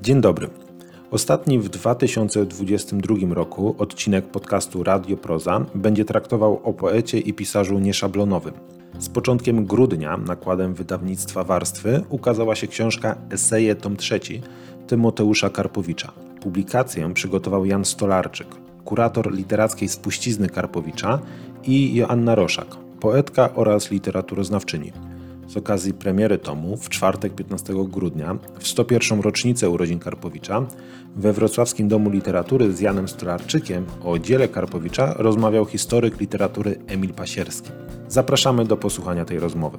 Dzień dobry. Ostatni w 2022 roku odcinek podcastu Radio Proza będzie traktował o poecie i pisarzu nieszablonowym. Z początkiem grudnia nakładem wydawnictwa Warstwy ukazała się książka Eseje tom 3 Tymoteusza Karpowicza. Publikację przygotował Jan Stolarczyk, kurator literackiej spuścizny Karpowicza, i Joanna Roszak, poetka oraz literaturoznawczyni. Z okazji premiery tomu w czwartek 15 grudnia, w 101. rocznicę urodzin Karpowicza, we Wrocławskim Domu Literatury z Janem Stolarczykiem o dziele Karpowicza rozmawiał historyk literatury Emil Pasierski. Zapraszamy do posłuchania tej rozmowy.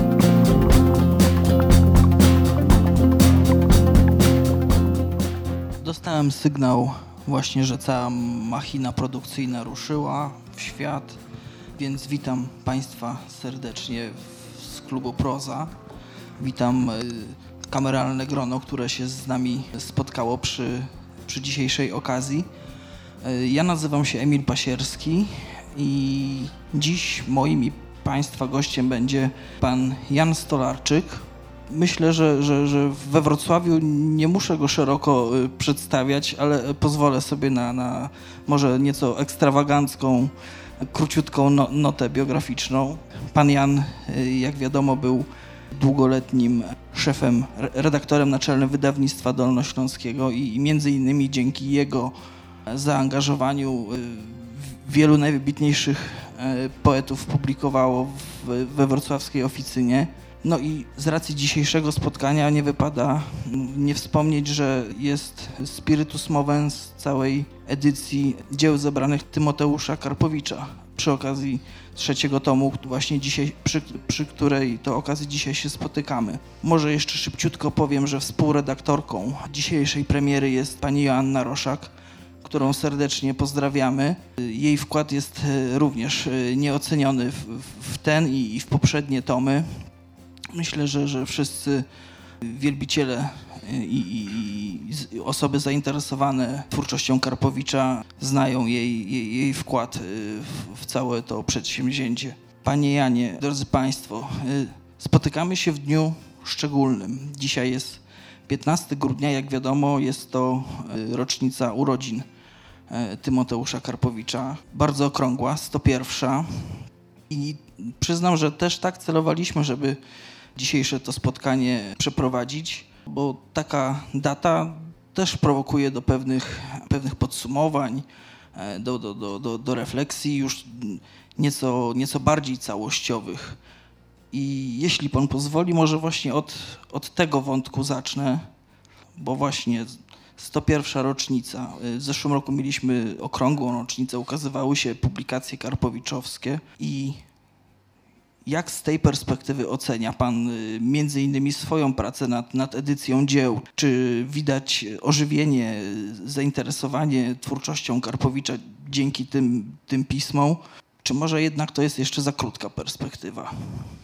Dostałem sygnał właśnie, że cała machina produkcyjna ruszyła w świat, więc witam Państwa serdecznie z klubu Proza. Witam kameralne grono, które się z nami spotkało przy dzisiejszej okazji. Ja nazywam się Emil Pasierski i dziś moim i Państwa gościem będzie pan Jan Stolarczyk. Myślę, że we Wrocławiu nie muszę go szeroko przedstawiać, ale pozwolę sobie na może nieco ekstrawagancką, króciutką notę biograficzną. Pan Jan, jak wiadomo, był długoletnim szefem, redaktorem naczelnym wydawnictwa dolnośląskiego i między innymi dzięki jego zaangażowaniu wielu najwybitniejszych poetów publikowało we wrocławskiej oficynie. No i z racji dzisiejszego spotkania nie wypada nie wspomnieć, że jest spiritus movens całej edycji dzieł zebranych Tymoteusza Karpowicza przy okazji 3. tomu, właśnie dzisiaj, przy której to okazji dzisiaj się spotykamy. Może jeszcze szybciutko powiem, że współredaktorką dzisiejszej premiery jest pani Joanna Roszak, którą serdecznie pozdrawiamy. Jej wkład jest również nieoceniony w ten i w poprzednie tomy. Myślę, że wszyscy wielbiciele i osoby zainteresowane twórczością Karpowicza znają jej wkład w całe to przedsięwzięcie. Panie Janie, drodzy Państwo, spotykamy się w dniu szczególnym. Dzisiaj jest 15 grudnia, jak wiadomo, jest to rocznica urodzin Tymoteusza Karpowicza. Bardzo okrągła, 101. I przyznam, że też tak celowaliśmy, żeby dzisiejsze to spotkanie przeprowadzić, bo taka data też prowokuje do pewnych podsumowań, do refleksji już nieco bardziej całościowych. I jeśli pan pozwoli, może właśnie od tego wątku zacznę, bo właśnie 101. rocznica. W zeszłym roku mieliśmy okrągłą rocznicę, ukazywały się publikacje karpowiczowskie i jak z tej perspektywy ocenia pan między innymi swoją pracę nad edycją dzieł? Czy widać ożywienie, zainteresowanie twórczością Karpowicza dzięki tym pismom? Czy może jednak to jest jeszcze za krótka perspektywa?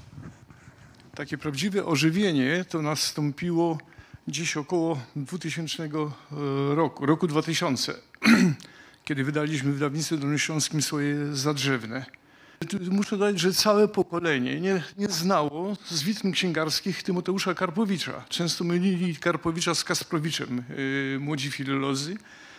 Takie prawdziwe ożywienie to nastąpiło gdzieś około 2000 roku 2000, kiedy wydaliśmy w wydawnictwie dolnośląskim swoje Zadrzewne. Muszę dodać, że całe pokolenie nie znało z witryn księgarskich Tymoteusza Karpowicza. Często mylili Karpowicza z Kasprowiczem, młodzi filolodzy.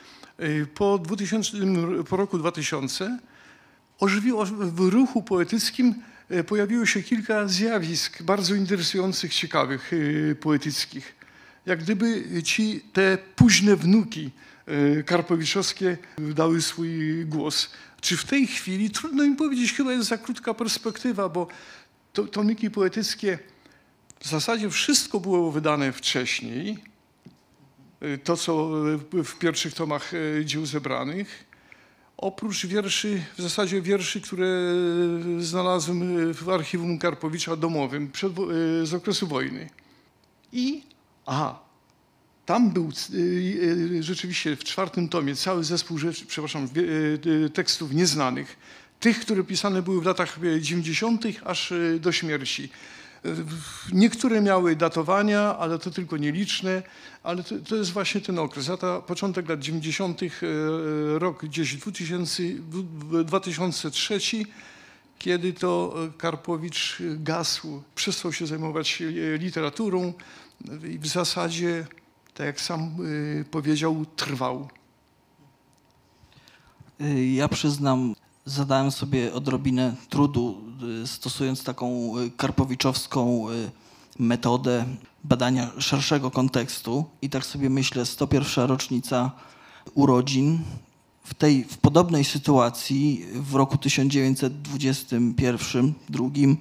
Po roku 2000 w ruchu poetyckim pojawiło się kilka zjawisk bardzo interesujących, ciekawych, poetyckich. Jak gdyby te późne wnuki karpowiczowskie dały swój głos. Czy w tej chwili, trudno mi powiedzieć, chyba jest za krótka perspektywa, bo tomiki poetyckie, w zasadzie wszystko było wydane wcześniej, to co w pierwszych tomach dzieł zebranych, oprócz wierszy, w zasadzie wierszy, które znalazłem w archiwum Karpowicza domowym z okresu wojny. Tam był rzeczywiście w 4. tomie cały zespół tekstów nieznanych, tych, które pisane były w latach 90. aż do śmierci. Niektóre miały datowania, ale to tylko nieliczne, ale to jest właśnie ten okres. Początek lat 90., rok gdzieś 2003, kiedy to Karpowicz gasł, przestał się zajmować literaturą i w zasadzie tak jak sam powiedział, trwał. Ja przyznam, zadałem sobie odrobinę trudu, stosując taką karpowiczowską metodę badania szerszego kontekstu i tak sobie myślę, 101. rocznica urodzin. W podobnej sytuacji w roku 1921-1922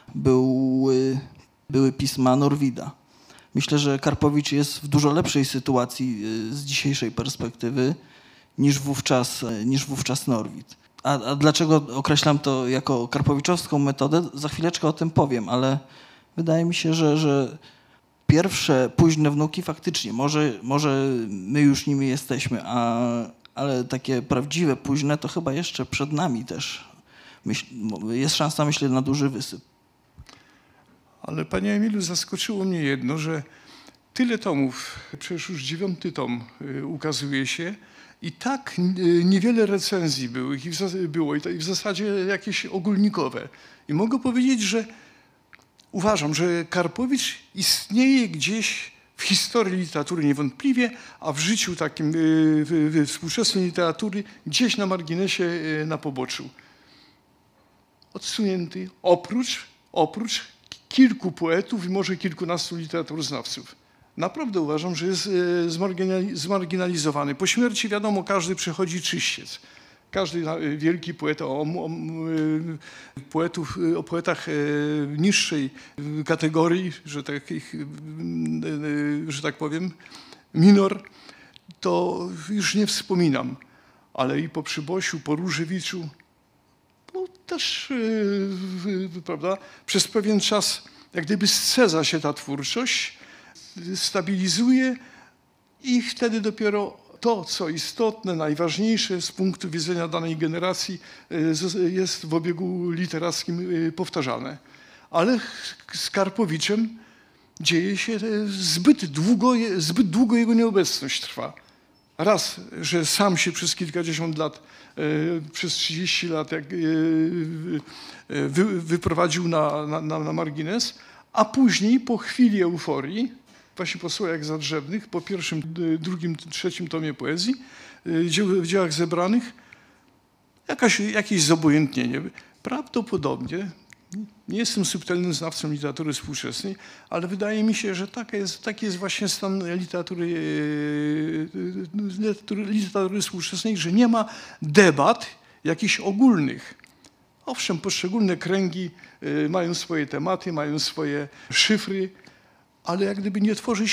były pisma Norwida. Myślę, że Karpowicz jest w dużo lepszej sytuacji z dzisiejszej perspektywy niż wówczas Norwid. A dlaczego określam to jako karpowiczowską metodę? Za chwileczkę o tym powiem, ale wydaje mi się, że pierwsze późne wnuki faktycznie, może my już nimi jesteśmy, ale takie prawdziwe późne to chyba jeszcze przed nami też. Jest szansa, myślę, na duży wysyp. Ale panie Emilu, zaskoczyło mnie jedno, że tyle tomów, przecież już 9. tom ukazuje się i tak niewiele recenzji było i w zasadzie jakieś ogólnikowe. I mogę powiedzieć, że uważam, że Karpowicz istnieje gdzieś w historii literatury niewątpliwie, a w życiu takim współczesnej literatury gdzieś na marginesie, na poboczu. Odsunięty oprócz kilku poetów i może kilkunastu literaturoznawców. Naprawdę uważam, że jest zmarginalizowany. Po śmierci wiadomo, każdy przechodzi czyściec. Każdy wielki poeta o poetach niższej kategorii, że tak powiem, minor, to już nie wspominam. Ale i po Przybosiu, po Różewiczu, no też, prawda, przez pewien czas jak gdyby scedza się ta twórczość, stabilizuje i wtedy dopiero to, co istotne, najważniejsze z punktu widzenia danej generacji jest w obiegu literackim powtarzane. Ale z Karpowiczem dzieje się zbyt długo jego nieobecność trwa. Raz, że sam się przez kilkadziesiąt lat, przez 30 lat wyprowadził na margines, a później po chwili euforii, właśnie po Słojach Zadrzewnych, po pierwszym, drugim, trzecim tomie poezji, w dziełach zebranych, jakieś zobojętnienie. Prawdopodobnie, nie jestem subtelnym znawcą literatury współczesnej, ale wydaje mi się, że taki jest właśnie stan literatury współczesnej, że nie ma debat jakichś ogólnych. Owszem, poszczególne kręgi mają swoje tematy, mają swoje szyfry, ale jak gdyby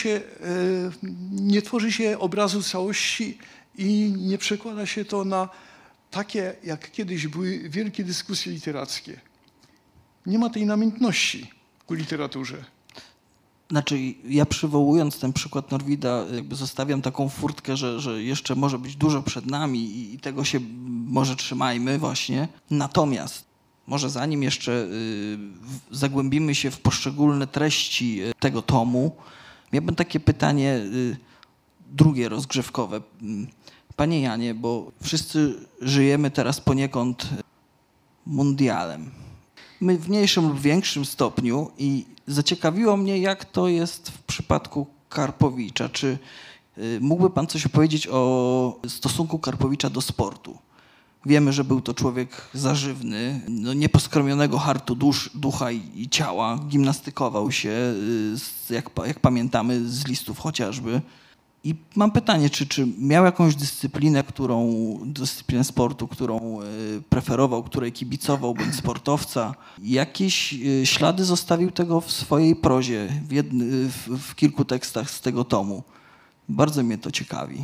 nie tworzy się obrazu całości i nie przekłada się to na takie, jak kiedyś były wielkie dyskusje literackie. Nie ma tej namiętności ku literaturze. Znaczy, ja przywołując ten przykład Norwida, jakby zostawiam taką furtkę, że jeszcze może być dużo przed nami i tego się może trzymajmy właśnie. Natomiast może zanim jeszcze zagłębimy się w poszczególne treści tego tomu, miałbym takie pytanie drugie, rozgrzewkowe. Panie Janie, bo wszyscy żyjemy teraz poniekąd mundialem. My w mniejszym lub większym stopniu i zaciekawiło mnie, jak to jest w przypadku Karpowicza. Czy mógłby pan coś powiedzieć o stosunku Karpowicza do sportu? Wiemy, że był to człowiek zażywny, nieposkromionego hartu ducha i ciała. Gimnastykował się, jak pamiętamy, z listów chociażby. I mam pytanie, czy miał jakąś dyscyplinę sportu, którą preferował, której kibicował, bądź sportowca? Jakieś ślady zostawił tego w swojej prozie, w kilku tekstach z tego tomu? Bardzo mnie to ciekawi.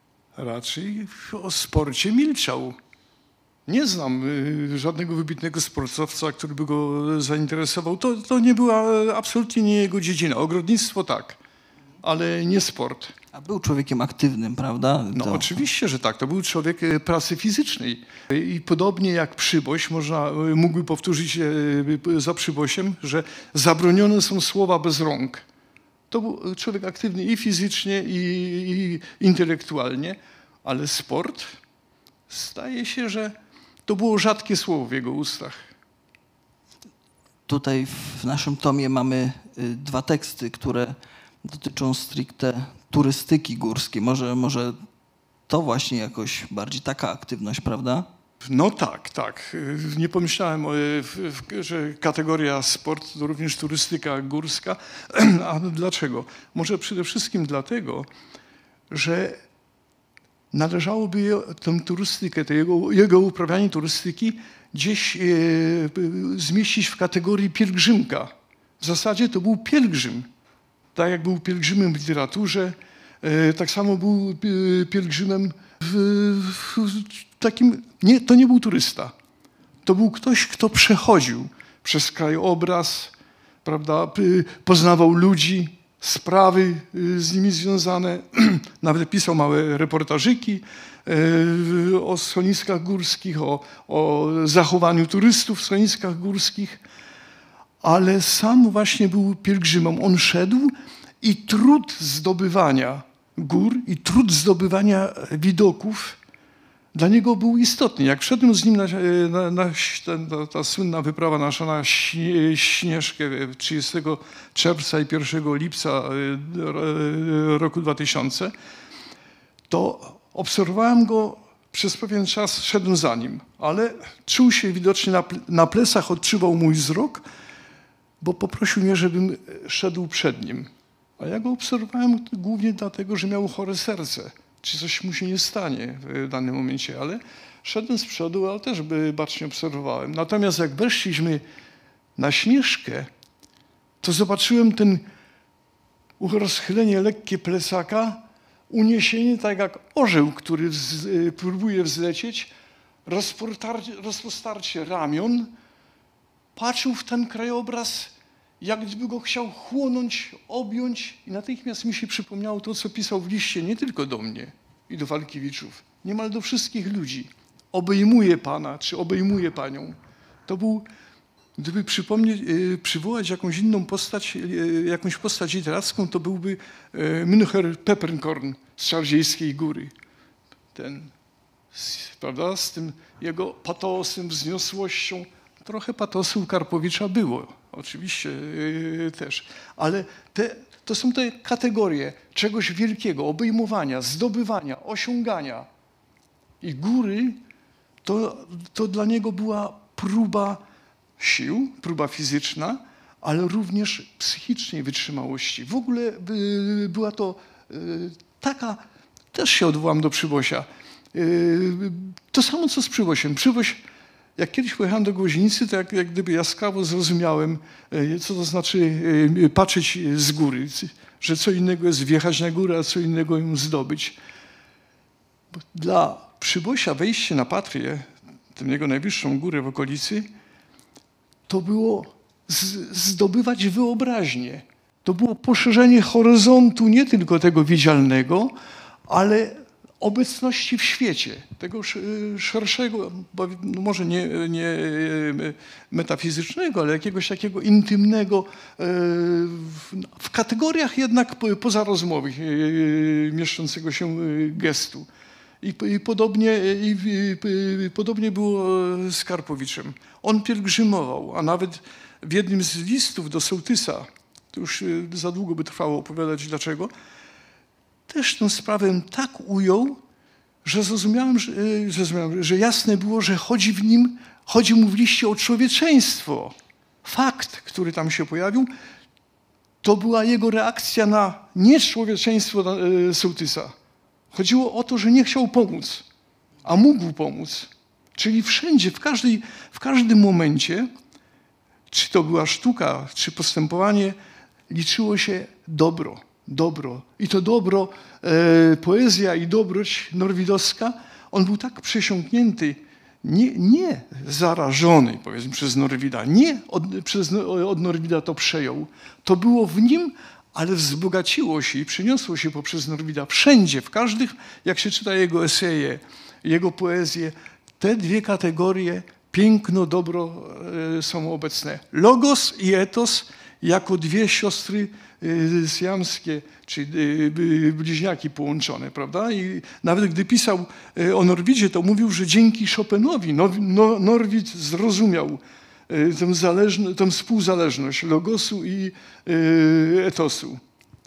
Raczej o sporcie milczał. Nie znam żadnego wybitnego sportowca, który by go zainteresował. To nie była absolutnie nie jego dziedzina. Ogrodnictwo tak, ale nie sport. A był człowiekiem aktywnym, prawda? No oczywiście, że tak. To był człowiek pracy fizycznej. I podobnie jak Przyboś, mógłby powtórzyć za Przybosiem, że zabronione są słowa bez rąk. To był człowiek aktywny i fizycznie, i intelektualnie, ale sport staje się, że to było rzadkie słowo w jego ustach. Tutaj w naszym tomie mamy dwa teksty, które dotyczą stricte turystyki górskiej. Może to właśnie jakoś bardziej taka aktywność, prawda? No tak. Nie pomyślałem, że kategoria sport to również turystyka górska. A dlaczego? Może przede wszystkim dlatego, że należałoby tę turystykę, jego uprawianie turystyki gdzieś zmieścić w kategorii pielgrzymka. W zasadzie to był pielgrzym. Tak jak był pielgrzymem w literaturze, tak samo był pielgrzymem w takim... Nie, to nie był turysta. To był ktoś, kto przechodził przez krajobraz, prawda, poznawał ludzi, sprawy z nimi związane. Nawet pisał małe reportażyki o schroniskach górskich, o zachowaniu turystów w schroniskach górskich. Ale sam właśnie był pielgrzymem. On szedł i trud zdobywania gór i trud zdobywania widoków dla niego był istotny. Jak wszedłem z nim ta słynna wyprawa nasza na Śnieżkę 30 czerwca i 1 lipca roku 2000, to obserwowałem go przez pewien czas, szedłem za nim, ale czuł się widocznie na plecach, odczuwał mój wzrok, bo poprosił mnie, żebym szedł przed nim. A ja go obserwowałem głównie dlatego, że miał chore serce. Czy coś mu się nie stanie w danym momencie, ale szedłem z przodu, ale też bacznie obserwowałem. Natomiast jak weszliśmy na Śnieżkę, to zobaczyłem ten rozchylenie lekkie plecaka, uniesienie tak jak orzeł, który próbuje wzlecieć, rozpostarcie ramion, patrzył w ten krajobraz, jak gdyby go chciał chłonąć, objąć i natychmiast mi się przypomniało to, co pisał w liście nie tylko do mnie i do Walkiewiczów, niemal do wszystkich ludzi. Obejmuje Pana, czy obejmuje Panią. To był, gdyby przywołać jakąś inną postać, jakąś postać literacką, to byłby Müncher Pepperkorn z Czardziejskiej Góry. Ten, prawda, z tym jego patosem, wzniosłością. Trochę patosu u Karpowicza było. Oczywiście też, ale to są te kategorie czegoś wielkiego, obejmowania, zdobywania, osiągania. I góry to dla niego była próba sił, próba fizyczna, ale również psychicznej wytrzymałości. W ogóle była to taka, też się odwołam do Przybosia, to samo co z Przybosiem. Przyboś, jak kiedyś pojechałem do Gwoźnicy, to jak gdyby jaskrawo zrozumiałem, co to znaczy patrzeć z góry, że co innego jest wjechać na górę, a co innego ją zdobyć. Dla Przybosia wejście na Patrię, tę jego najwyższą górę w okolicy, to było zdobywać wyobraźnię. To było poszerzenie horyzontu nie tylko tego widzialnego, ale obecności w świecie, tego szerszego, może nie metafizycznego, ale jakiegoś takiego intymnego, w kategoriach jednak pozarozmowych mieszczącego się gestu. I podobnie było z Karpowiczem. On pielgrzymował, a nawet w jednym z listów do sołtysa, to już za długo by trwało opowiadać dlaczego, też tę sprawę tak ujął, że zrozumiałem, że jasne było, że chodzi mu w liście o człowieczeństwo. Fakt, który tam się pojawił, to była jego reakcja na nieczłowieczeństwo sołtysa. Chodziło o to, że nie chciał pomóc, a mógł pomóc. Czyli wszędzie, w każdym momencie, czy to była sztuka, czy postępowanie, liczyło się dobro. I to dobro, poezja i dobroć norwidowska, on był tak przesiąknięty, nie zarażony, powiedzmy, przez Norwida, nie od Norwida to przejął. To było w nim, ale wzbogaciło się i przyniosło się poprzez Norwida wszędzie, w każdych, jak się czyta jego eseje, jego poezję, te dwie kategorie, piękno, dobro są obecne. Logos i etos jako dwie siostry syamskie, czyli bliźniaki połączone, prawda? I nawet gdy pisał o Norwidzie, to mówił, że dzięki Chopinowi Norwid zrozumiał tę współzależność logosu i etosu.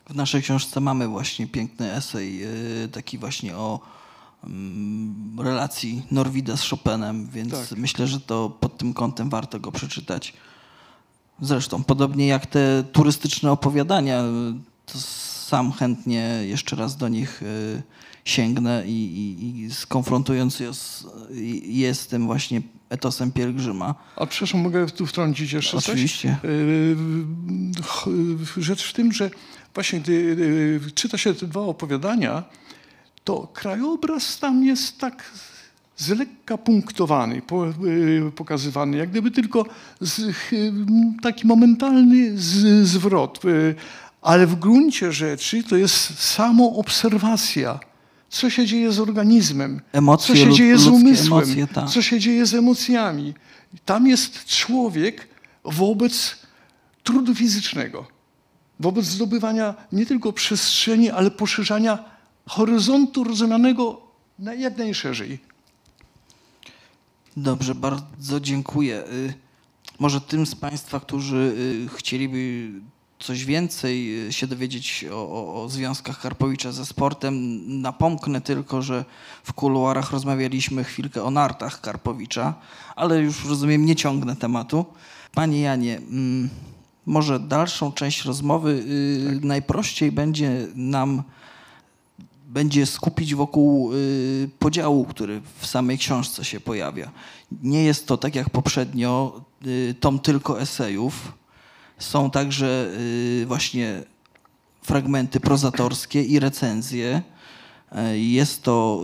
W naszej książce mamy właśnie piękny esej, taki właśnie o relacji Norwida z Chopinem, więc Tak. myślę, że to pod tym kątem warto go przeczytać. Zresztą, podobnie jak te turystyczne opowiadania, to sam chętnie jeszcze raz do nich sięgnę i skonfrontując je z tym właśnie etosem pielgrzyma. A przepraszam, mogę tu wtrącić jeszcze Oczywiście. coś? Rzecz w tym, że właśnie gdy czyta się te dwa opowiadania, to krajobraz tam jest tak z lekka punktowany, pokazywany, jak gdyby tylko taki momentalny zwrot. Ale w gruncie rzeczy to jest samoobserwacja. Co się dzieje z organizmem, Emocje, co się dzieje z umysłem, emocje, tak. co się dzieje z emocjami. Tam jest człowiek wobec trudu fizycznego, wobec zdobywania nie tylko przestrzeni, ale poszerzania horyzontu rozumianego jak najszerzej. Dobrze, bardzo dziękuję. Może tym z Państwa, którzy chcieliby coś więcej się dowiedzieć o związkach Karpowicza ze sportem, napomknę tylko, że w kuluarach rozmawialiśmy chwilkę o nartach Karpowicza, ale już rozumiem, nie ciągnę tematu. Panie Janie, może dalszą część rozmowy najprościej będzie skupić wokół podziału, który w samej książce się pojawia. Nie jest to tak jak poprzednio tom tylko esejów. Są także właśnie fragmenty prozatorskie i recenzje. Jest to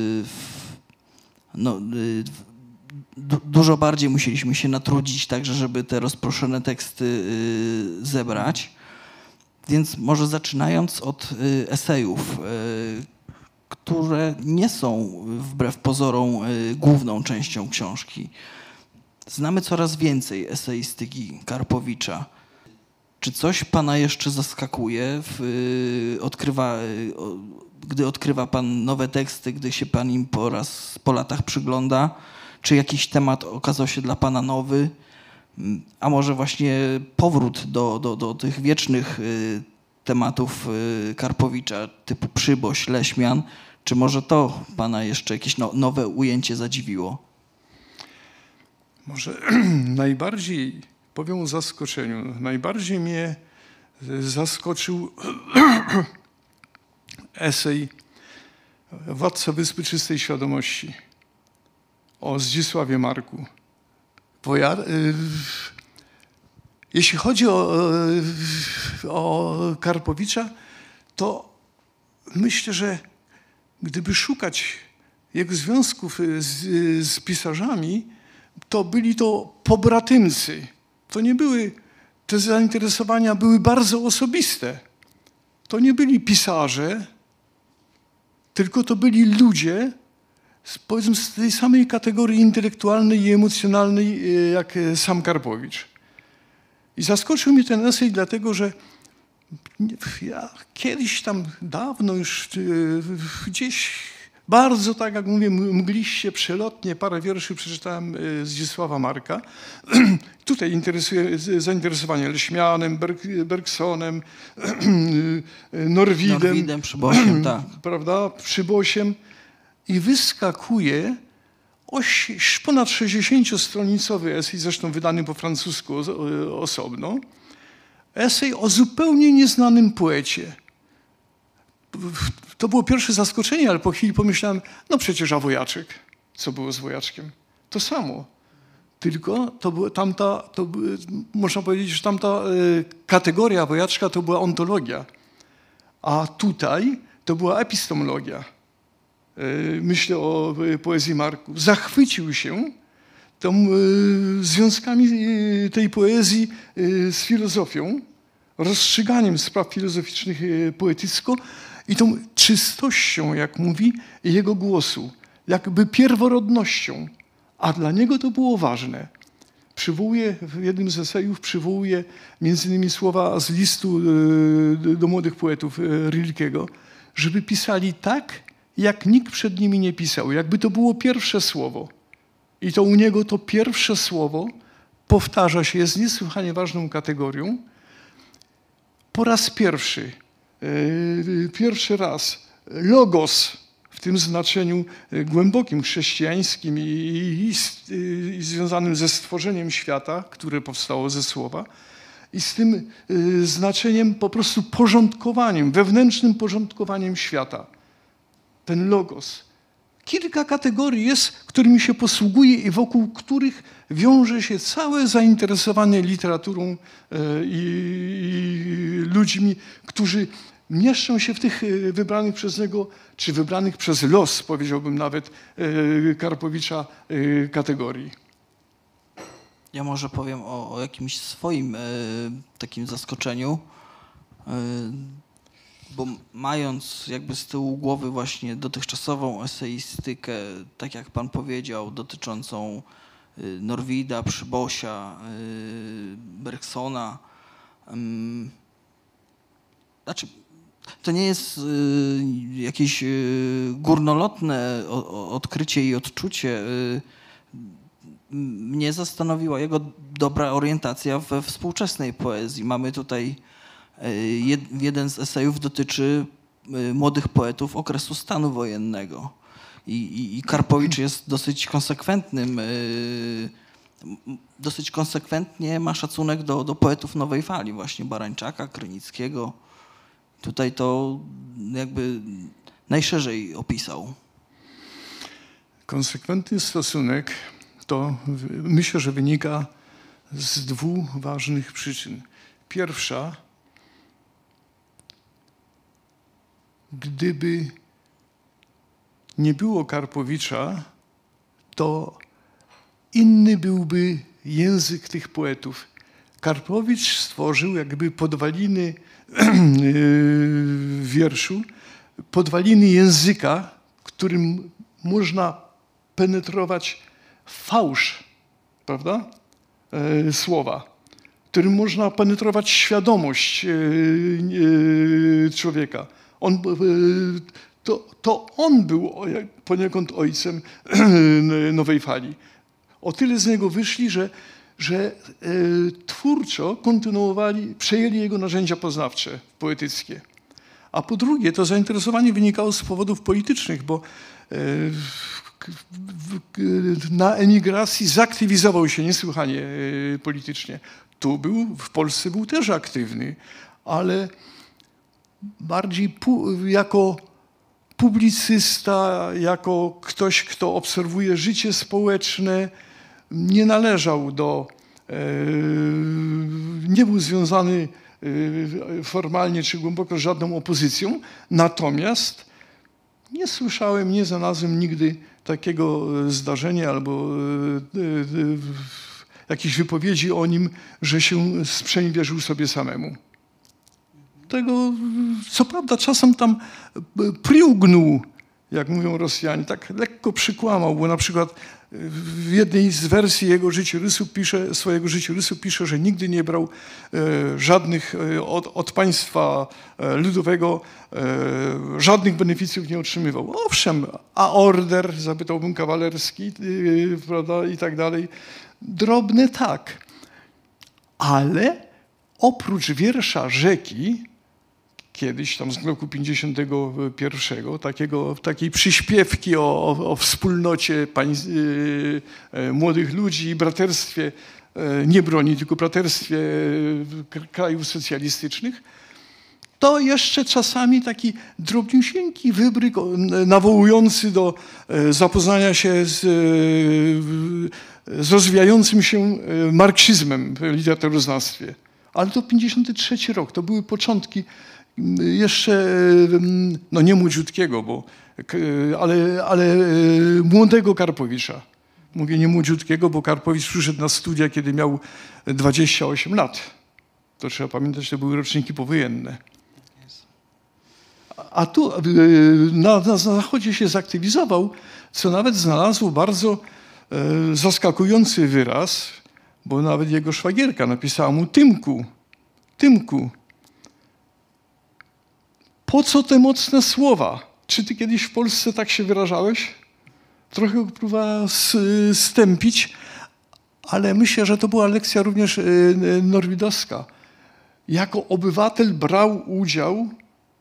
dużo bardziej musieliśmy się natrudzić także, żeby te rozproszone teksty zebrać. Więc może zaczynając od esejów, które nie są wbrew pozorom główną częścią książki. Znamy coraz więcej eseistyki Karpowicza. Czy coś pana jeszcze zaskakuje, gdy odkrywa pan nowe teksty, gdy się pan im po latach przygląda? Czy jakiś temat okazał się dla pana nowy? A może właśnie powrót do tych wiecznych tematów Karpowicza typu Przyboś, Leśmian? Czy może to pana jeszcze jakieś nowe ujęcie zadziwiło? Może najbardziej, powiem o zaskoczeniu, najbardziej mnie zaskoczył esej Władca Wyspy Czystej Świadomości o Zdzisławie Marku. Jeśli chodzi o Karpowicza, to myślę, że gdyby szukać jego związków z pisarzami, to byli to pobratymcy. To nie były, te zainteresowania były bardzo osobiste. To nie byli pisarze, tylko to byli ludzie, powiedzmy z tej samej kategorii intelektualnej i emocjonalnej jak sam Karpowicz. I zaskoczył mnie ten esej dlatego, że ja kiedyś tam dawno już gdzieś bardzo, tak jak mówię, mgliście, przelotnie parę wierszy przeczytałem Zdzisława Marka. Tutaj zainteresowanie Leśmianem, Bergsonem, Norwidem, Przybosiem, tak. Prawda, Przybosiem. I wyskakuje ponad 60-stronicowy esej, zresztą wydany po francusku osobno, esej o zupełnie nieznanym poecie. To było pierwsze zaskoczenie, ale po chwili pomyślałem, no przecież a Wojaczek. Co było z Wojaczkiem? To samo. Tylko można powiedzieć, że tamta kategoria Wojaczka to była ontologia, a tutaj to była epistemologia. Myślę o poezji Marku. Zachwycił się tą związkami tej poezji z filozofią, rozstrzyganiem spraw filozoficznych poetycko i tą czystością, jak mówi, jego głosu, jakby pierworodnością. A dla niego to było ważne. W jednym z esejów przywołuje między innymi słowa z listu do młodych poetów Rilkego, żeby pisali tak, jak nikt przed nimi nie pisał, jakby to było pierwsze słowo. I to u niego to pierwsze słowo powtarza się, jest niesłychanie ważną kategorią. Po raz pierwszy pierwszy raz logos w tym znaczeniu głębokim, chrześcijańskim i związanym ze stworzeniem świata, które powstało ze słowa, i z tym znaczeniem po prostu porządkowaniem, wewnętrznym porządkowaniem świata. Ten logos. Kilka kategorii jest, którymi się posługuje i wokół których wiąże się całe zainteresowanie literaturą i ludźmi, którzy mieszczą się w tych wybranych przez niego, czy wybranych przez los, powiedziałbym nawet, Karpowicza kategorii. Ja może powiem o jakimś swoim takim zaskoczeniu, bo mając jakby z tyłu głowy właśnie dotychczasową eseistykę, tak jak pan powiedział, dotyczącą Norwida, Przybosia, Bergsona, znaczy to nie jest jakieś górnolotne odkrycie i odczucie. Mnie zastanowiła jego dobra orientacja we współczesnej poezji. Mamy tutaj, jeden z esejów dotyczy młodych poetów okresu stanu wojennego. I Karpowicz jest dosyć konsekwentnie ma szacunek do poetów nowej fali, właśnie Barańczaka, Krynickiego. Tutaj to jakby najszerzej opisał. Konsekwentny stosunek to myślę, że wynika z dwóch ważnych przyczyn. Pierwsza, gdyby nie było Karpowicza, to inny byłby język tych poetów. Karpowicz stworzył jakby podwaliny w wierszu, podwaliny języka, którym można penetrować fałsz, prawda? Słowa, którym można penetrować świadomość człowieka. To on był poniekąd ojcem nowej fali. O tyle z niego wyszli, że twórczo kontynuowali, przejęli jego narzędzia poznawcze, poetyckie. A po drugie, to zainteresowanie wynikało z powodów politycznych, bo na emigracji zaktywizował się niesłychanie politycznie. W Polsce był też aktywny, ale bardziej jako publicysta, jako ktoś, kto obserwuje życie społeczne, nie należał nie był związany formalnie czy głęboko z żadną opozycją, natomiast nie słyszałem, nie znalazłem nigdy takiego zdarzenia albo jakichś wypowiedzi o nim, że się sprzeniewierzył sobie samemu. Tego, co prawda, czasem tam priugnął, jak mówią Rosjanie, tak lekko przykłamał, bo na przykład w jednej z wersji swojego życiorysu pisze, że nigdy nie brał żadnych od państwa ludowego, żadnych beneficjów nie otrzymywał. Owszem, a order, zapytałbym, kawalerski, prawda, i tak dalej. Drobne tak, ale oprócz wiersza Rzeki, kiedyś tam z roku 51, takiej przyśpiewki o wspólnocie młodych ludzi i braterstwie, nie broni, tylko braterstwie krajów socjalistycznych, to jeszcze czasami taki drobniusieńki wybryk nawołujący do zapoznania się z rozwijającym się marksizmem w literaturoznawstwie. Ale to 53 rok, to były początki jeszcze, no nie młodziutkiego, ale młodego Karpowicza. Mówię nie młodziutkiego, bo Karpowicz przyszedł na studia, kiedy miał 28 lat. To trzeba pamiętać, że to były roczniki powojenne. A tu na Zachodzie się zaktywizował, co nawet znalazło bardzo zaskakujący wyraz, bo nawet jego szwagierka napisała mu: Tymku, po co te mocne słowa? Czy ty kiedyś w Polsce tak się wyrażałeś? Trochę próbowała stępić, ale myślę, że to była lekcja również norwidowska. Jako obywatel brał udział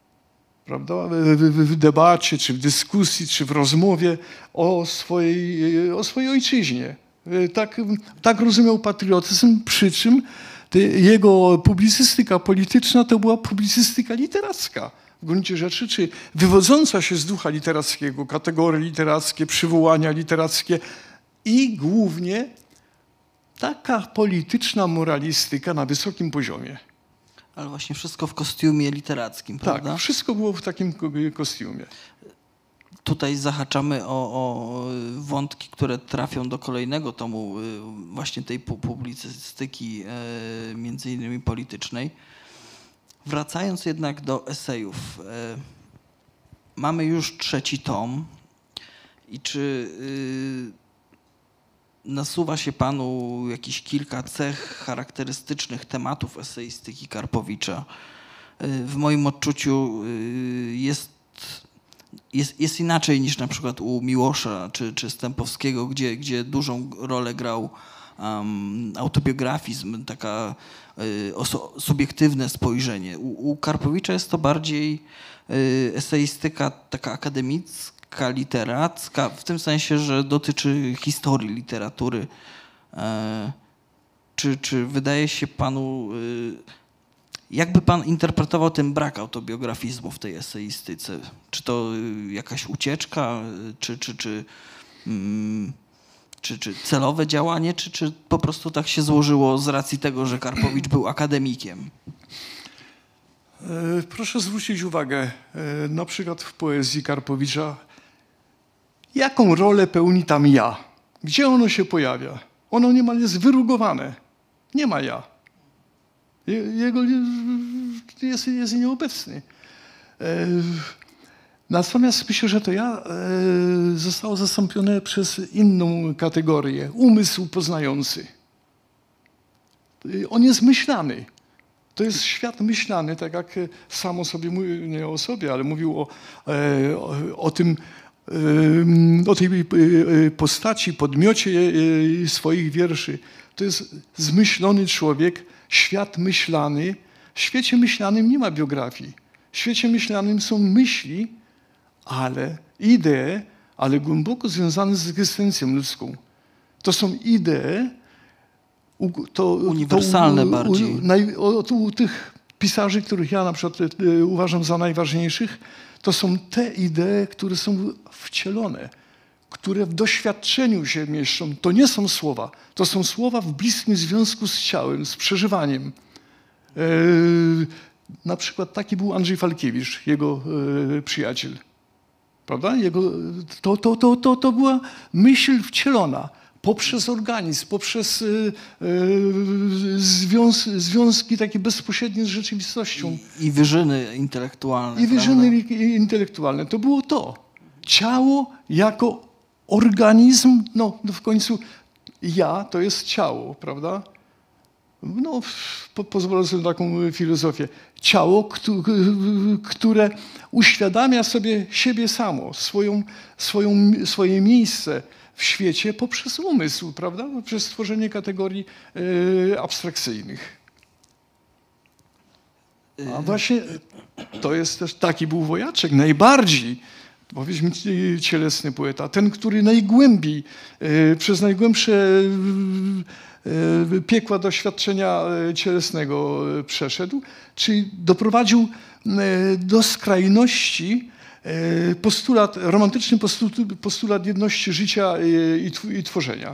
prawda, w debacie, czy w dyskusji, czy w rozmowie o swojej ojczyźnie. Tak rozumiał patriotyzm, przy czym jego publicystyka polityczna to była publicystyka literacka w gruncie rzeczy, czy wywodząca się z ducha literackiego, kategorie literackie, przywołania literackie i głównie taka polityczna moralistyka na wysokim poziomie. Ale właśnie wszystko w kostiumie literackim, prawda? Tak, wszystko było w takim kostiumie. Tutaj zahaczamy o wątki, które trafią do kolejnego tomu właśnie tej publicystyki, między innymi politycznej. Wracając jednak do esejów, mamy już 3. tom i czy nasuwa się panu jakieś kilka cech charakterystycznych tematów eseistyki Karpowicza? W moim odczuciu jest inaczej niż na przykład u Miłosza czy Stępowskiego, gdzie dużą rolę grał autobiografizm, taka subiektywne spojrzenie. U Karpowicza jest to bardziej eseistyka taka akademicka, literacka, w tym sensie, że dotyczy historii literatury. Czy wydaje się panu, jakby pan interpretował ten brak autobiografizmu w tej eseistyce? Czy to jakaś ucieczka, czy celowe działanie, czy po prostu tak się złożyło z racji tego, że Karpowicz był akademikiem? Proszę zwrócić uwagę, na przykład w poezji Karpowicza, jaką rolę pełni tam ja? Gdzie ono się pojawia? Ono niemal jest wyrugowane. Nie ma ja. Jego jest nieobecny. Natomiast myślę, że to ja zostało zastąpione przez inną kategorię. Umysł poznający. On jest myślany. To jest świat myślany, tak jak sam o sobie mówił, nie o sobie, ale mówił o tej postaci, podmiocie swoich wierszy. To jest zmyślony człowiek, świat myślany. W świecie myślanym nie ma biografii. W świecie myślanym są myśli, ale idee, ale głęboko związane z egzystencją ludzką. To są idee, uniwersalne bardziej. U tych pisarzy, których ja na przykład uważam za najważniejszych, to są te idee, które są wcielone, które w doświadczeniu się mieszczą. To nie są słowa, to są słowa w bliskim związku z ciałem, z przeżywaniem. Na przykład taki był Andrzej Falkiewicz, jego przyjaciel. Prawda? To była myśl wcielona poprzez organizm, poprzez związki takie bezpośrednie z rzeczywistością. I wyżyny intelektualne. I wyżyny intelektualne. To było to. Ciało jako organizm, no w końcu ja to jest ciało, prawda? No, pozwolę sobie na taką filozofię. Ciało, które uświadamia sobie siebie samo, swoje miejsce w świecie poprzez umysł, prawda? Przez stworzenie kategorii abstrakcyjnych. A właśnie to jest też, taki był Wojaczek, najbardziej, powiedzmy, cielesny poeta. Ten, który najgłębiej, przez najgłębsze piekła doświadczenia cielesnego przeszedł, czyli doprowadził do skrajności romantyczny postulat jedności życia i tworzenia.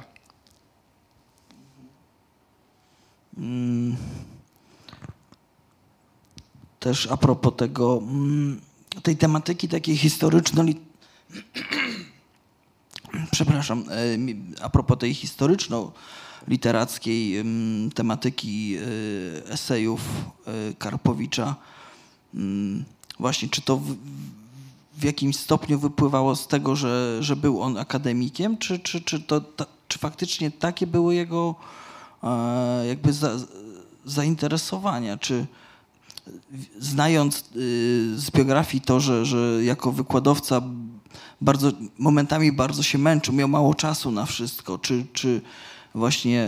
Też a propos tej tematyki takiej przepraszam, a propos tej historyczno-literackiej tematyki esejów Karpowicza, właśnie czy to w jakimś stopniu wypływało z tego, że był on akademikiem, czy faktycznie takie były jego jakby zainteresowania, czy znając z biografii to, że jako wykładowca momentami bardzo się męczył, miał mało czasu na wszystko, czy właśnie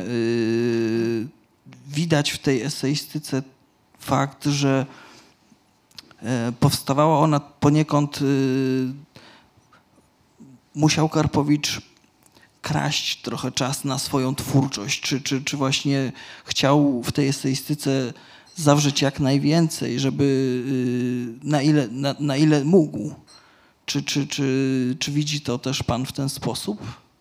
widać w tej eseistyce fakt, że Powstawała ona poniekąd, musiał Karpowicz kraść trochę czas na swoją twórczość, czy właśnie chciał w tej eseistyce zawrzeć jak najwięcej, żeby na ile mógł. Czy widzi to też pan w ten sposób?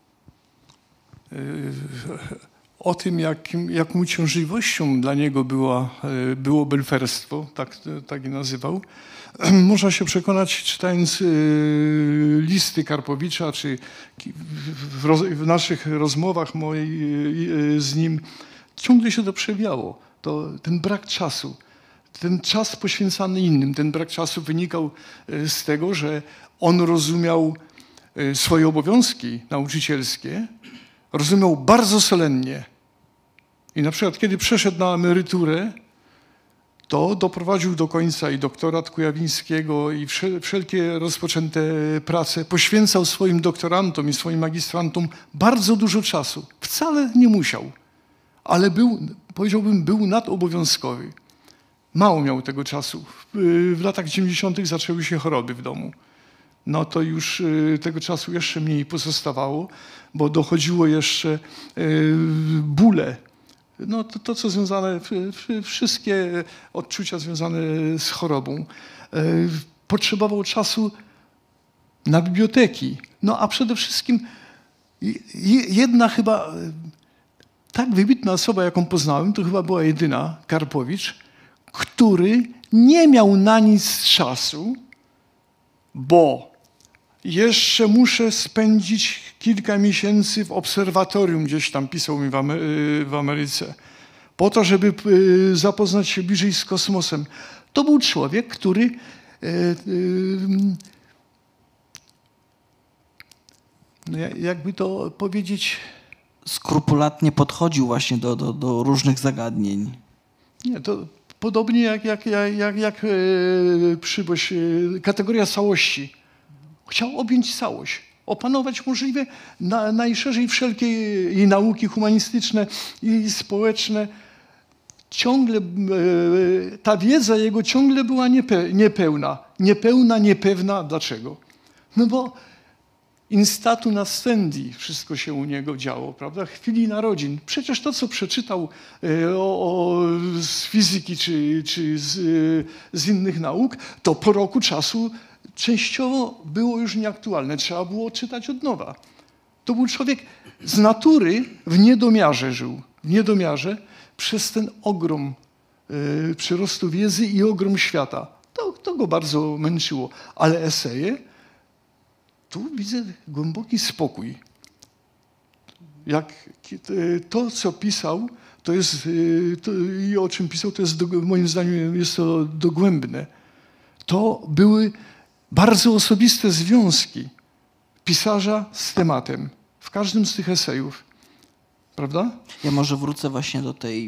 O tym, jaką ciążliwością dla niego było belferstwo, tak je nazywał, można się przekonać, czytając listy Karpowicza, czy w naszych rozmowach z nim ciągle się to przewijało. Ten brak czasu, ten czas poświęcany innym, ten brak czasu wynikał z tego, że on rozumiał swoje obowiązki nauczycielskie, rozumiał bardzo solennie. I na przykład, kiedy przeszedł na emeryturę, to doprowadził do końca i doktorat Kujawińskiego i wszelkie rozpoczęte prace. Poświęcał swoim doktorantom i swoim magistrantom bardzo dużo czasu. Wcale nie musiał, ale powiedziałbym, był nadobowiązkowy. Mało miał tego czasu. W latach 90. zaczęły się choroby w domu. No to już tego czasu jeszcze mniej pozostawało, bo dochodziło jeszcze bóle. No to co związane, wszystkie odczucia związane z chorobą. Potrzebował czasu na biblioteki. No a przede wszystkim jedna chyba tak wybitna osoba, jaką poznałem, to chyba była jedyna, Karpowicz, który nie miał na nic czasu, bo jeszcze muszę spędzić kilka miesięcy w obserwatorium, gdzieś tam pisał mi w Ameryce, po to, żeby zapoznać się bliżej z kosmosem. To był człowiek, który jakby to powiedzieć, skrupulatnie podchodził właśnie do różnych zagadnień. Nie, to podobnie jak Przyboś, kategoria całości. Chciał objąć całość, opanować możliwie najszerzej wszelkie i nauki humanistyczne, i społeczne. Ciągle ta wiedza jego ciągle była niepełna. Niepewna. Dlaczego? No bo instatu nascendi wszystko się u niego działo, prawda? Chwili narodzin. Przecież to, co przeczytał z fizyki czy z innych nauk, to po roku czasu częściowo było już nieaktualne. Trzeba było czytać od nowa. To był człowiek z natury w niedomiarze żył. W niedomiarze przez ten ogrom przyrostu wiedzy i ogrom świata. To go bardzo męczyło. Ale eseje, tu widzę głęboki spokój. To, co pisał, to jest, i o czym pisał, to jest, moim zdaniem, jest to dogłębne. To były bardzo osobiste związki pisarza z tematem w każdym z tych esejów. Prawda? Ja może wrócę właśnie do tej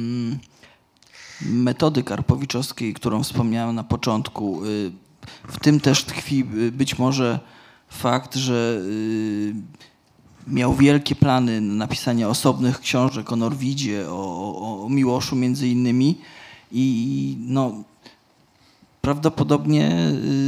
metody karpowiczowskiej, którą wspomniałem na początku. W tym też tkwi być może fakt, że miał wielkie plany na napisanie osobnych książek o Norwidzie, o Miłoszu między innymi i no, prawdopodobnie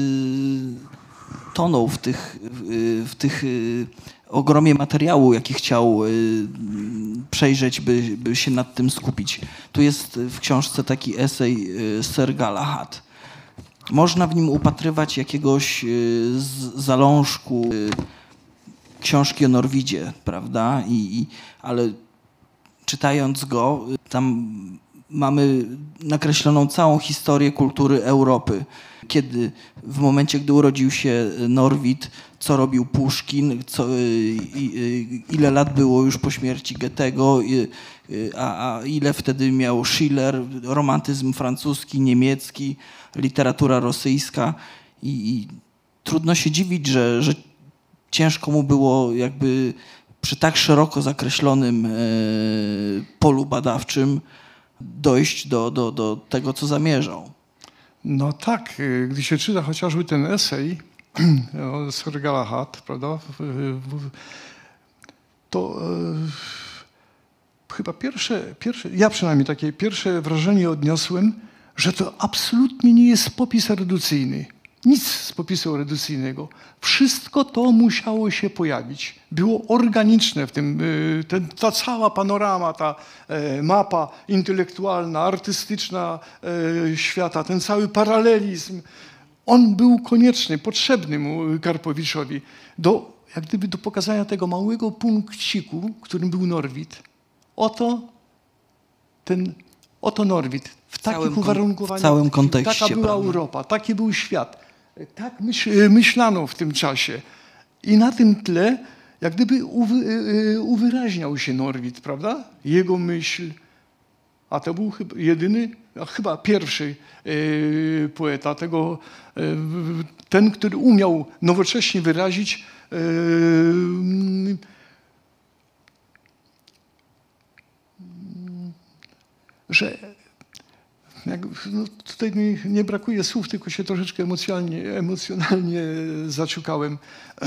tonął w tych ogromie materiału, jaki chciał przejrzeć, by się nad tym skupić. Tu jest w książce taki esej Sir Galahad. Można w nim upatrywać jakiegoś zalążku książki o Norwidzie, prawda? Ale czytając go, tam mamy nakreśloną całą historię kultury Europy. W momencie, gdy urodził się Norwid, co robił Puszkin, ile lat było już po śmierci Goethego, a ile wtedy miał Schiller, romantyzm francuski, niemiecki, literatura rosyjska. I trudno się dziwić, że ciężko mu było jakby przy tak szeroko zakreślonym polu badawczym dojść do tego, co zamierzał. No tak, gdy się czyta chociażby ten esej o Sir Galahad, prawda, to chyba pierwsze, ja przynajmniej takie pierwsze wrażenie odniosłem, że to absolutnie nie jest popis erudycyjny. Nic z popisu erudycyjnego. Wszystko to musiało się pojawić. Było organiczne w tym, ta cała panorama, ta mapa intelektualna, artystyczna świata, ten cały paralelizm, on był konieczny, potrzebny mu Karpowiczowi jak gdyby do pokazania tego małego punkciku, którym był Norwid. Oto Norwid. W takich uwarunkowaniach. W całym kontekście. Taka była Europa, taki był świat. Tak myślano w tym czasie. I na tym tle jak gdyby uwyraźniał się Norwid, prawda? Jego myśl. A to był chyba pierwszy poeta, ten, który umiał nowocześnie wyrazić że tutaj mi nie brakuje słów, tylko się troszeczkę emocjonalnie zaciukałem.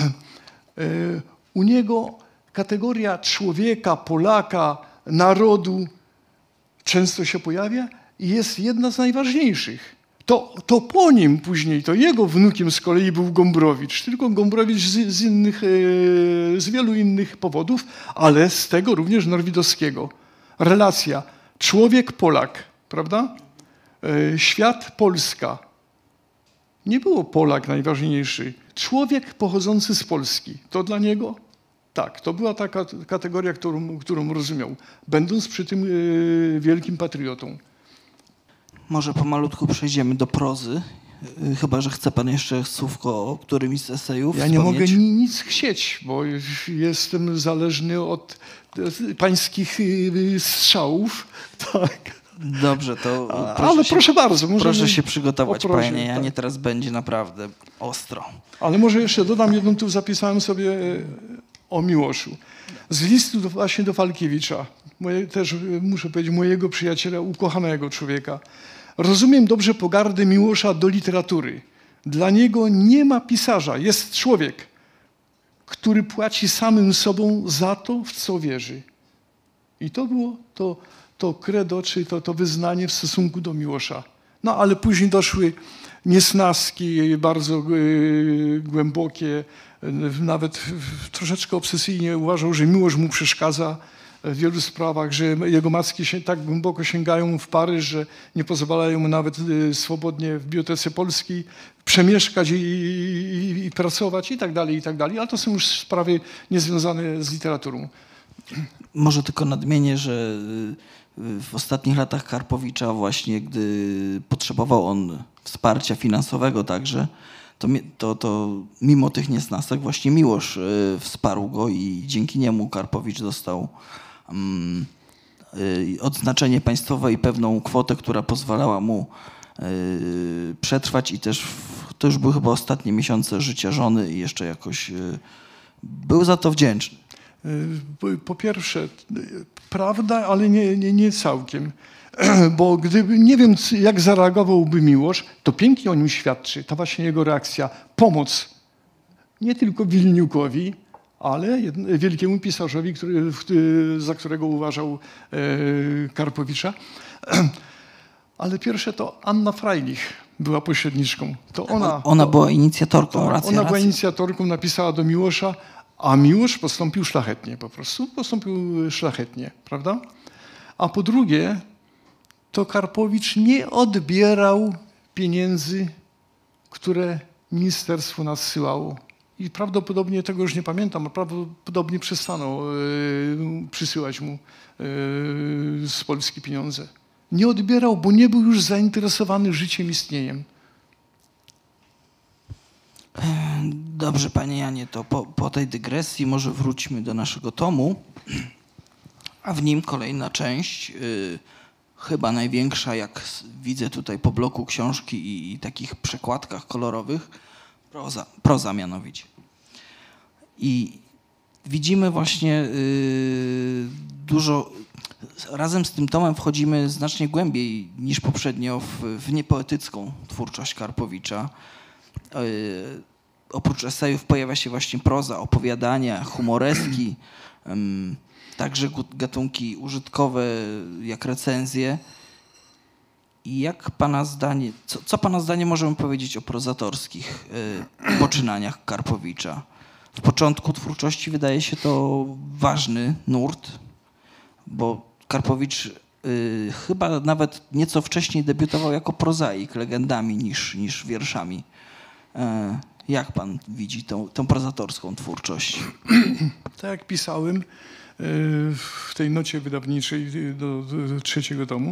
U niego kategoria człowieka, Polaka, narodu często się pojawia i jest jedna z najważniejszych. To po nim później, to jego wnukiem z kolei był Gombrowicz, tylko Gombrowicz z wielu innych powodów, ale z tego również norwidowskiego. Relacja człowiek-Polak, prawda? Świat Polska. Nie było Polak najważniejszy. Człowiek pochodzący z Polski. To dla niego? Tak, to była taka kategoria, którą rozumiał, będąc przy tym wielkim patriotą. Może pomalutku przejdziemy do prozy. Chyba że chce pan jeszcze słówko o którymś z esejów Ja nie mogę nic chcieć, bo jestem zależny od pańskich strzałów. Tak. Dobrze, to ale proszę bardzo. Proszę się przygotować, panie Janie, tak. teraz będzie naprawdę ostro. Ale może jeszcze dodam jedną, tu zapisałem sobie o Miłoszu. Z listu właśnie do Falkiewicza, też muszę powiedzieć, mojego przyjaciela, ukochanego człowieka. Rozumiem dobrze pogardę Miłosza do literatury. Dla niego nie ma pisarza, jest człowiek, który płaci samym sobą za to, w co wierzy. I to było to credo, czy to wyznanie w stosunku do Miłosza. No ale później doszły niesnaski bardzo głębokie, nawet troszeczkę obsesyjnie uważał, że Miłosz mu przeszkadza w wielu sprawach, że jego macki się tak głęboko sięgają w Paryż, że nie pozwalają mu nawet swobodnie w Bibliotece Polskiej przemieszkać i pracować i tak dalej, ale to są już sprawy niezwiązane z literaturą. Może tylko nadmienię, że w ostatnich latach Karpowicza właśnie, gdy potrzebował on wsparcia finansowego także, to mimo tych niesnasek właśnie Miłosz wsparł go i dzięki niemu Karpowicz dostał odznaczenie państwowe i pewną kwotę, która pozwalała mu przetrwać i też to już były chyba ostatnie miesiące życia żony i jeszcze jakoś był za to wdzięczny. Po pierwsze, prawda, ale nie całkiem. Bo gdyby, nie wiem jak zareagowałby Miłosz, to pięknie o nim świadczy ta właśnie jego reakcja, pomoc nie tylko Wilniukowi, ale wielkiemu pisarzowi, za którego uważał Karpowicza. Ale pierwsze to Anna Freilich była pośredniczką. To ona była inicjatorką, racja. Ona była inicjatorką, napisała do Miłosza, a Miłosz postąpił szlachetnie po prostu. Postąpił szlachetnie, prawda? A po drugie, to Karpowicz nie odbierał pieniędzy, które ministerstwo nadsyłało. I prawdopodobnie, tego już nie pamiętam, a prawdopodobnie przestano przysyłać mu z Polski pieniądze. Nie odbierał, bo nie był już zainteresowany życiem, istnieniem. Dobrze, panie Janie, to po tej dygresji może wróćmy do naszego tomu, a w nim kolejna część, chyba największa, jak widzę tutaj po bloku książki i takich przekładkach kolorowych, proza mianowicie. I widzimy właśnie dużo, razem z tym tomem wchodzimy znacznie głębiej niż poprzednio w niepoetycką twórczość Karpowicza. Oprócz esejów pojawia się właśnie proza, opowiadania, humoreski, także gatunki użytkowe jak recenzje. I jak pana zdanie, co pana zdanie możemy powiedzieć o prozatorskich poczynaniach Karpowicza? W początku twórczości wydaje się to ważny nurt, bo Karpowicz chyba nawet nieco wcześniej debiutował jako prozaik legendami niż wierszami. Jak pan widzi tą prozatorską twórczość? Tak jak pisałem w tej nocie wydawniczej do trzeciego tomu,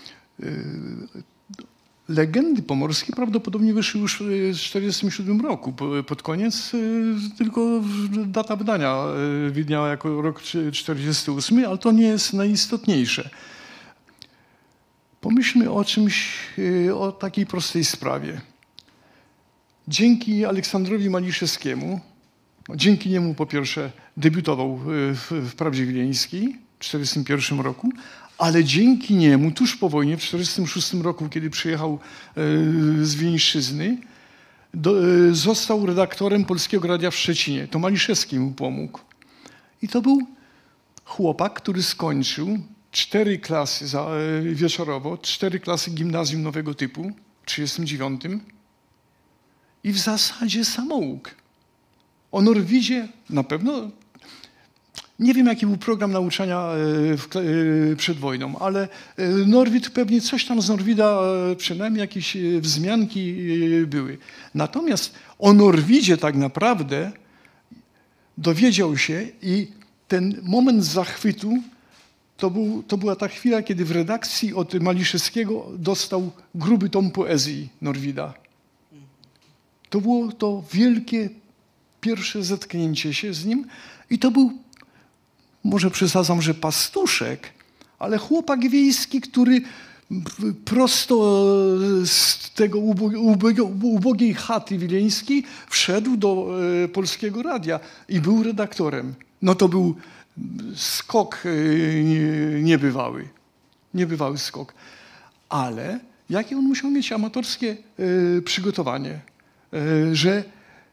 legendy pomorskie prawdopodobnie wyszły już w 1947 roku. Pod koniec tylko data wydania widniała jako rok 1948, ale to nie jest najistotniejsze. Pomyślmy o czymś, o takiej prostej sprawie. Dzięki Aleksandrowi Maliszewskiemu, dzięki niemu po pierwsze debiutował w Prawdzie Wileńskiej w 1941 roku, ale dzięki niemu tuż po wojnie, w 1946 roku, kiedy przyjechał z Wileńszczyzny, został redaktorem Polskiego Radia w Szczecinie. To Maliszewski mu pomógł. I to był chłopak, który skończył 4 klasy wieczorowo, 4 klasy gimnazjum nowego typu w 1939 i w zasadzie samouk. O Norwidzie na pewno, nie wiem jaki był program nauczania przed wojną, ale Norwid pewnie coś tam z Norwida, przynajmniej jakieś wzmianki były. Natomiast o Norwidzie tak naprawdę dowiedział się i ten moment zachwytu to była ta chwila, kiedy w redakcji od Maliszewskiego dostał gruby tom poezji Norwida. To było to wielkie pierwsze zetknięcie się z nim i to był, może przesadzam, że pastuszek, ale chłopak wiejski, który prosto z tego ubogiej chaty wileńskiej wszedł do Polskiego Radia i był redaktorem. No to był skok niebywały. Niebywały skok. Ale jakie on musiał mieć amatorskie przygotowanie, że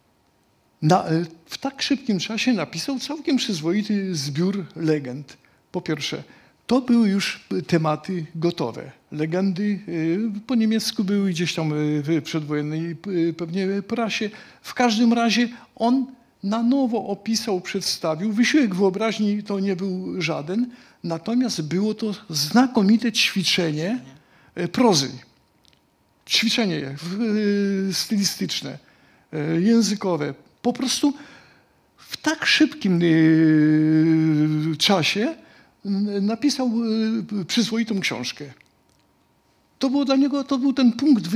w tak szybkim czasie napisał całkiem przyzwoity zbiór legend. Po pierwsze, to były już tematy gotowe. Legendy po niemiecku były gdzieś tam w przedwojennej pewnie prasie. W każdym razie on na nowo opisał, przedstawił. Wysiłek wyobraźni to nie był żaden, natomiast było to znakomite ćwiczenie prozy. Ćwiczenie stylistyczne, językowe. Po prostu w tak szybkim czasie napisał przyzwoitą książkę. To było dla niego, to był ten punkt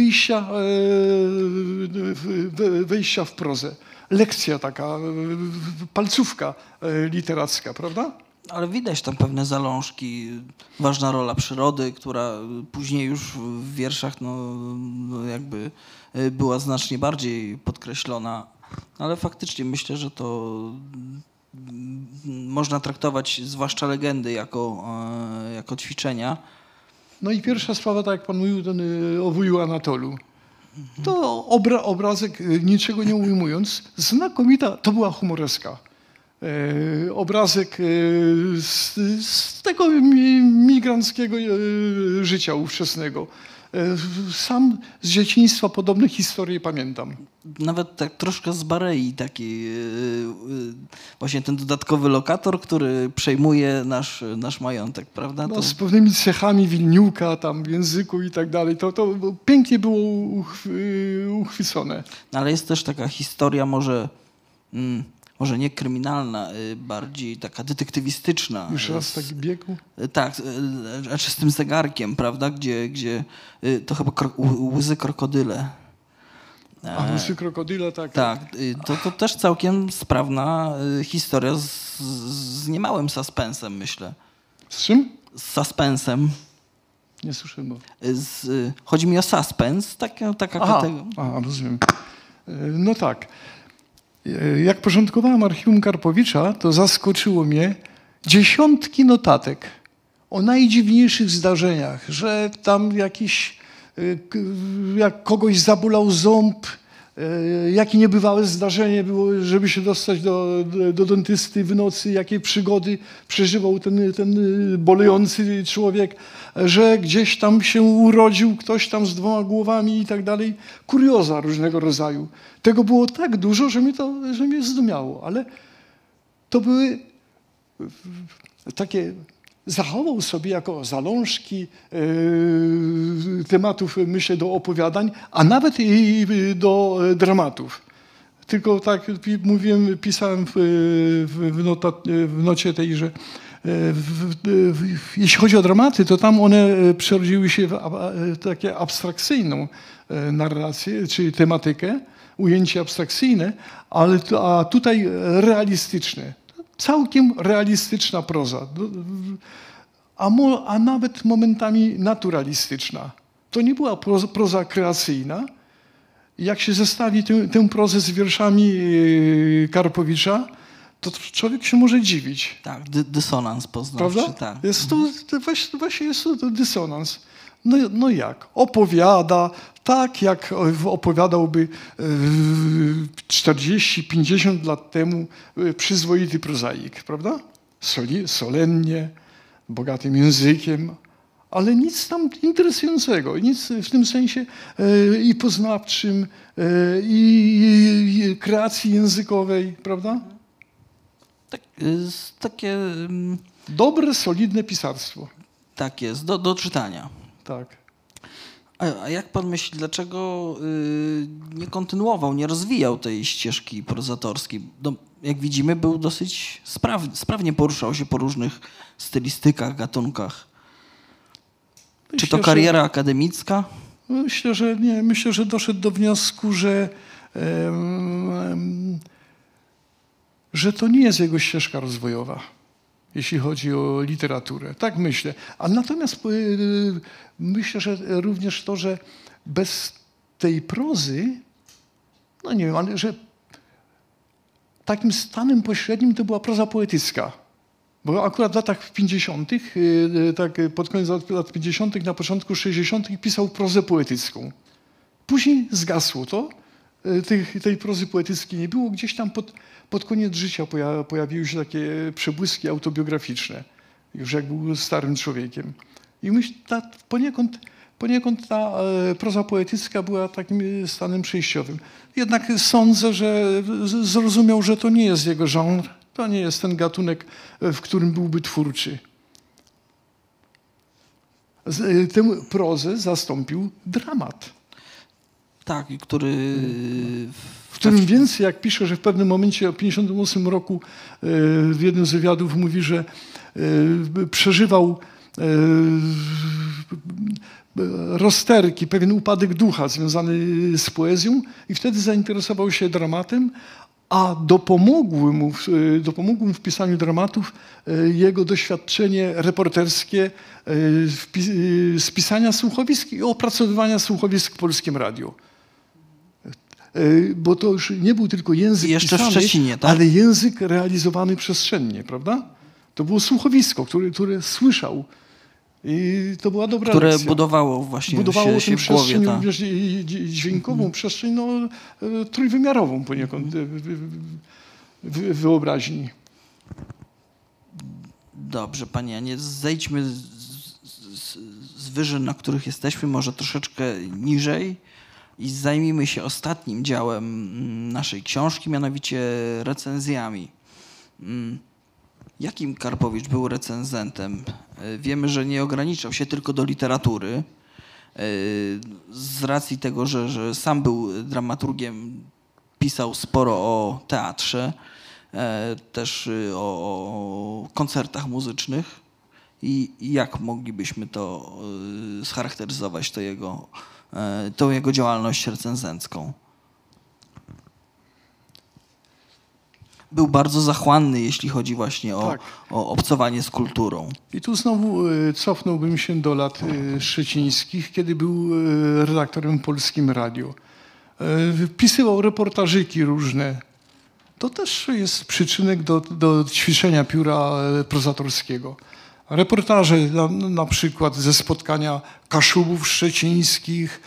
wejścia w prozę. Lekcja taka, palcówka literacka, prawda? Ale widać tam pewne zalążki, ważna rola przyrody, która później już w wierszach jakby była znacznie bardziej podkreślona. Ale faktycznie myślę, że to można traktować zwłaszcza legendy jako ćwiczenia. No i pierwsza sprawa, tak jak pan mówił, o wuju Anatolu. To obrazek, niczego nie ujmując, znakomita, to była humoreska. Obrazek z tego migranckiego życia ówczesnego. Sam z dzieciństwa podobne historie pamiętam. Nawet tak troszkę z Barei, taki właśnie ten dodatkowy lokator, który przejmuje nasz majątek, prawda? No, z pewnymi cechami Wilniuka tam w języku i tak dalej. To pięknie było uchwycone. Ale jest też taka historia może nie kryminalna, bardziej taka detektywistyczna. Już raz tak biegł? Tak, znaczy z tym zegarkiem, prawda, gdzie to chyba łzy krokodyle. A łzy krokodyla, tak. Tak, to też całkiem sprawna historia z niemałym suspensem, myślę. Z czym? Z suspensem. Nie słyszałem. Chodzi mi o suspens, taka kategoria. Aha, rozumiem. No tak. Jak porządkowałem archiwum Karpowicza, to zaskoczyło mnie dziesiątki notatek o najdziwniejszych zdarzeniach, że tam jakiś, jak kogoś zabólał ząb, Jakie niebywałe zdarzenie było, żeby się dostać do dentysty w nocy, jakie przygody przeżywał ten bolejący człowiek, że gdzieś tam się urodził ktoś tam z 2 głowami i tak dalej. Kurioza różnego rodzaju. Tego było tak dużo, że mnie zdumiało, ale to były takie... Zachował sobie jako zalążki tematów, myślę, do opowiadań, a nawet i do dramatów. Tylko tak mówiłem, pisałem w nocie tej, że jeśli chodzi o dramaty, to tam one przerodziły się w takie abstrakcyjną narrację, czy tematykę, ujęcie abstrakcyjne, a tutaj realistyczne. Całkiem realistyczna proza, a nawet momentami naturalistyczna. To nie była proza kreacyjna. Jak się zestawi tę prozę z wierszami Karpowicza, to człowiek się może dziwić. Tak, dysonans poznawczy. Prawda? Tak. Właśnie jest to dysonans. No jak? Opowiada tak, jak opowiadałby 40-50 lat temu przyzwoity prozaik, prawda? Solennie, bogatym językiem, ale nic tam interesującego, nic w tym sensie i poznawczym, i kreacji językowej, prawda? Takie... Dobre, solidne pisarstwo. Tak jest, do czytania. Tak. A jak pan myśli, dlaczego nie kontynuował, nie rozwijał tej ścieżki prozatorskiej? Jak widzimy, był dosyć sprawnie poruszał się po różnych stylistykach, gatunkach. Czy to kariera akademicka? Myślę, że nie. Myślę, że doszedł do wniosku, że to nie jest jego ścieżka rozwojowa, jeśli chodzi o literaturę. Tak myślę. A natomiast myślę, że również to, że bez tej prozy, no nie wiem, ale że takim stanem pośrednim to była proza poetycka. Bo akurat w latach 50., tak pod koniec lat 50., na początku 60. pisał prozę poetycką. Później zgasło to. Tej prozy poetyckiej nie było. Gdzieś tam pod koniec życia pojawiły się takie przebłyski autobiograficzne, już jak był starym człowiekiem. I myślę, poniekąd ta proza poetycka była takim stanem przejściowym. Jednak sądzę, że zrozumiał, że to nie jest jego żanr, to nie jest ten gatunek, w którym byłby twórczy. Tę prozę zastąpił dramat. Tak, który... W którym więcej, jak pisze, że w pewnym momencie w 1958 roku w jednym z wywiadów mówi, że przeżywał rozterki, pewien upadek ducha związany z poezją i wtedy zainteresował się dramatem, a dopomogło mu w pisaniu dramatów jego doświadczenie reporterskie z pisania słuchowisk i opracowywania słuchowisk w Polskim Radiu. Bo to już nie był tylko język jeszcze pisany, w Szczecinie, tak? ale język realizowany przestrzennie, prawda? To było słuchowisko, które słyszał. I to była dobra które lekcja. budowało właśnie budowało się w głowie. przestrzeń, Tak. również dźwiękową, przestrzeń trójwymiarową poniekąd wyobraźni. Dobrze, panie Janie, zejdźmy z wyżyn, na których jesteśmy, może troszeczkę niżej i zajmijmy się ostatnim działem naszej książki, mianowicie recenzjami. Jakim Karpowicz był recenzentem? Wiemy, że nie ograniczał się tylko do literatury. Z racji tego, że sam był dramaturgiem, pisał sporo o teatrze, też o koncertach muzycznych. I jak moglibyśmy to scharakteryzować, tą jego działalność recenzencką? Był bardzo zachłanny, jeśli chodzi właśnie o obcowanie z kulturą. I tu znowu cofnąłbym się do lat szczecińskich, kiedy był redaktorem w Polskim Radiu. Pisywał reportażyki różne. To też jest przyczynek do ćwiczenia pióra prozatorskiego. Reportaże na przykład ze spotkania Kaszubów szczecińskich,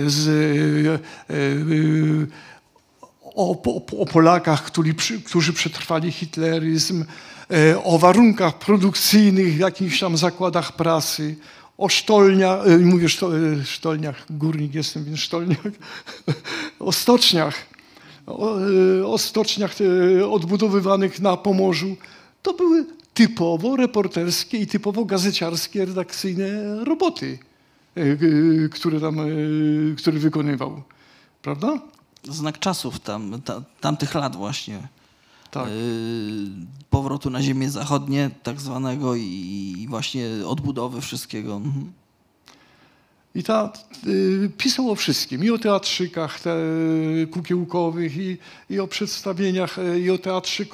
o Polakach, którzy przetrwali hitleryzm, o warunkach produkcyjnych w jakichś tam zakładach pracy, o sztolniach, mówię sztolniach, górnik jestem, więc sztolniach, o stoczniach odbudowywanych na Pomorzu. To były typowo reporterskie i typowo gazeciarskie, redakcyjne roboty, które wykonywał. Prawda? Znak czasów tamtych lat właśnie. Tak. Powrotu na ziemię zachodnie tak zwanego i właśnie odbudowy wszystkiego. I pisał o wszystkim, i o teatrzykach kukiełkowych, i o przedstawieniach, i o teatrze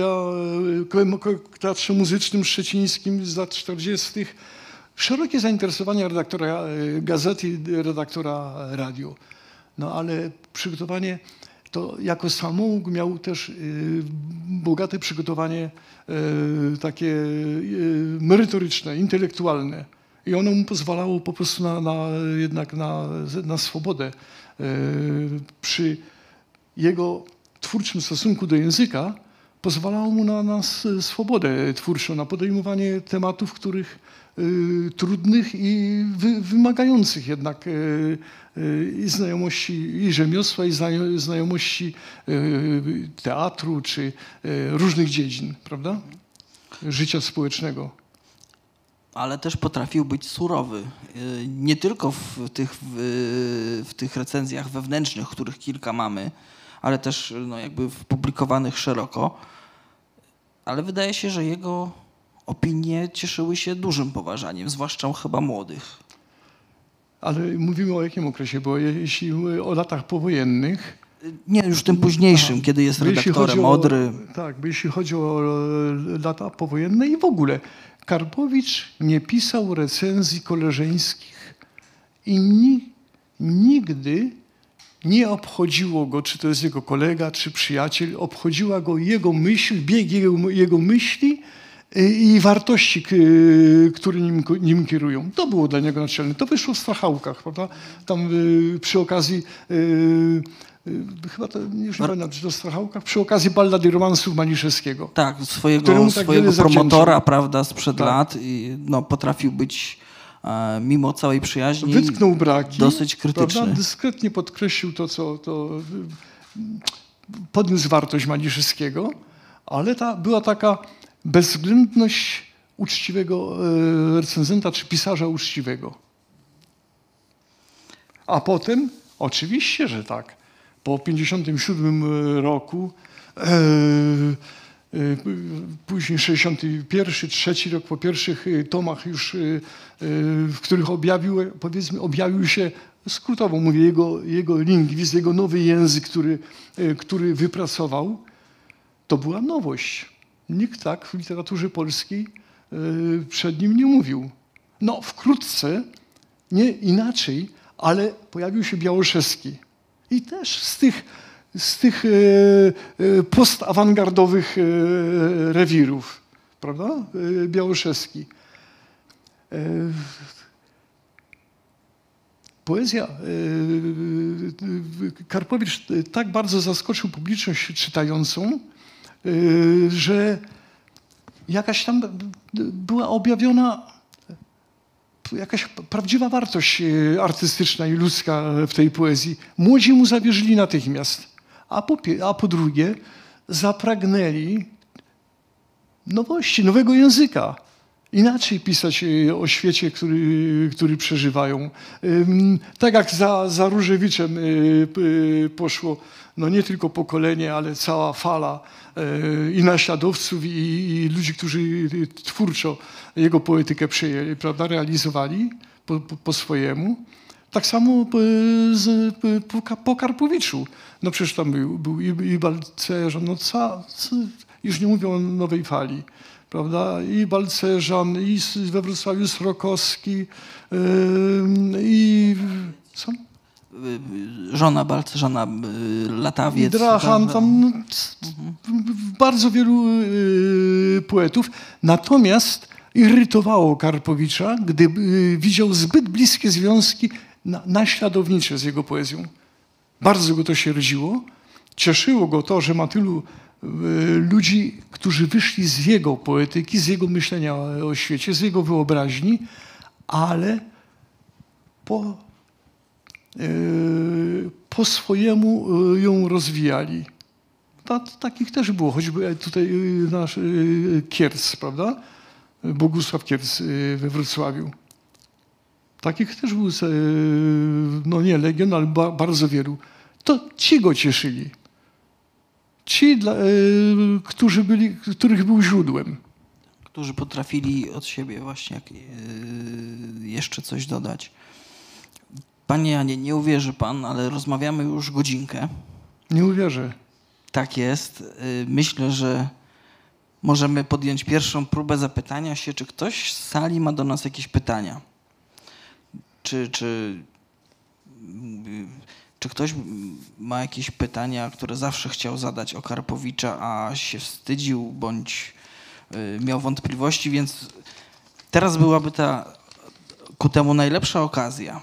teatrze muzycznym szczecińskim z lat 40. Szerokie zainteresowanie redaktora gazety, redaktora radio. No ale przygotowanie, to jako samouk miał też bogate przygotowanie takie merytoryczne, intelektualne. I ono mu pozwalało po prostu jednak na swobodę. Przy jego twórczym stosunku do języka pozwalało mu na swobodę twórczą, na podejmowanie tematów, których trudnych i wymagających jednak i znajomości i rzemiosła, i znajomości teatru czy różnych dziedzin, prawda? Życia społecznego. Ale też potrafił być surowy. Nie tylko w tych recenzjach wewnętrznych, których kilka mamy, ale też jakby publikowanych szeroko. Ale wydaje się, że jego opinie cieszyły się dużym poważaniem, zwłaszcza chyba młodych. Ale mówimy o jakim okresie? Bo jeśli o latach powojennych... Nie, już tym późniejszym, kiedy jest redaktorem Odry. Tak, bo jeśli chodzi o lata powojenne i w ogóle... Karpowicz nie pisał recenzji koleżeńskich i nigdy nie obchodziło go, czy to jest jego kolega, czy przyjaciel, obchodziła go jego myśl, bieg jego myśli i wartości, które nim kierują. To było dla niego naczelne. To wyszło w Strachałkach, prawda? Tam przy okazji... Chyba to już nie pamiętam, czy to w Strachałkach, przy okazji ballady romansów Maliszewskiego. Tak, swojego promotora, prawda, sprzed lat i potrafił być mimo całej przyjaźni wytknął braki, dosyć krytyczny. Prawda? Dyskretnie podkreślił to podniósł wartość Maliszewskiego, ale była taka bezwzględność uczciwego recenzenta czy pisarza uczciwego. A potem, oczywiście, że tak. Po 1957 roku, później 61, 3 rok po pierwszych tomach już, w których objawił się, skrótowo mówię, jego lingwizm, jego nowy język, który wypracował, to była nowość. Nikt tak w literaturze polskiej przed nim nie mówił. No wkrótce, nie inaczej, ale pojawił się Białoszewski. I też z tych postawangardowych rewirów, prawda? Białoszewski. Poezja, Karpowicz tak bardzo zaskoczył publiczność czytającą, że jakaś tam była objawiona jakaś prawdziwa wartość artystyczna i ludzka w tej poezji. Młodzi mu zawierzyli natychmiast, a po drugie zapragnęli nowości, nowego języka. Inaczej pisać o świecie, który przeżywają. Tak jak za Różewiczem poszło nie tylko pokolenie, ale cała fala i naśladowców, i ludzi, którzy twórczo jego poetykę przejęli, prawda, realizowali po swojemu. Tak samo po Karpowiczu. No przecież tam był i Balcerzan, już nie mówię o nowej fali. Prawda? I Balcerzan, i we Wrocławiu Srokowski, i co? Żona Balcerzana, Latawiec. Drachan, bardzo wielu poetów. Natomiast irytowało Karpowicza, gdy widział zbyt bliskie związki naśladownicze z jego poezją. Bardzo go to sierdziło. Cieszyło go to, że ma tylu ludzi, którzy wyszli z jego poetyki, z jego myślenia o świecie, z jego wyobraźni, ale po swojemu ją rozwijali. Takich też było, choćby tutaj nasz Kierc, prawda? Bogusław Kierc we Wrocławiu. Takich też był, no nie legion, ale bardzo wielu. To ci go cieszyli. Ci, których był źródłem. Którzy potrafili od siebie właśnie jeszcze coś dodać. Panie Janie, nie uwierzy pan, ale rozmawiamy już godzinkę. Nie uwierzę. Tak jest. Myślę, że możemy podjąć pierwszą próbę zapytania się, czy ktoś z sali ma do nas jakieś pytania. Czy ktoś ma jakieś pytania, które zawsze chciał zadać o Karpowicza, a się wstydził bądź miał wątpliwości, więc teraz byłaby ku temu najlepsza okazja.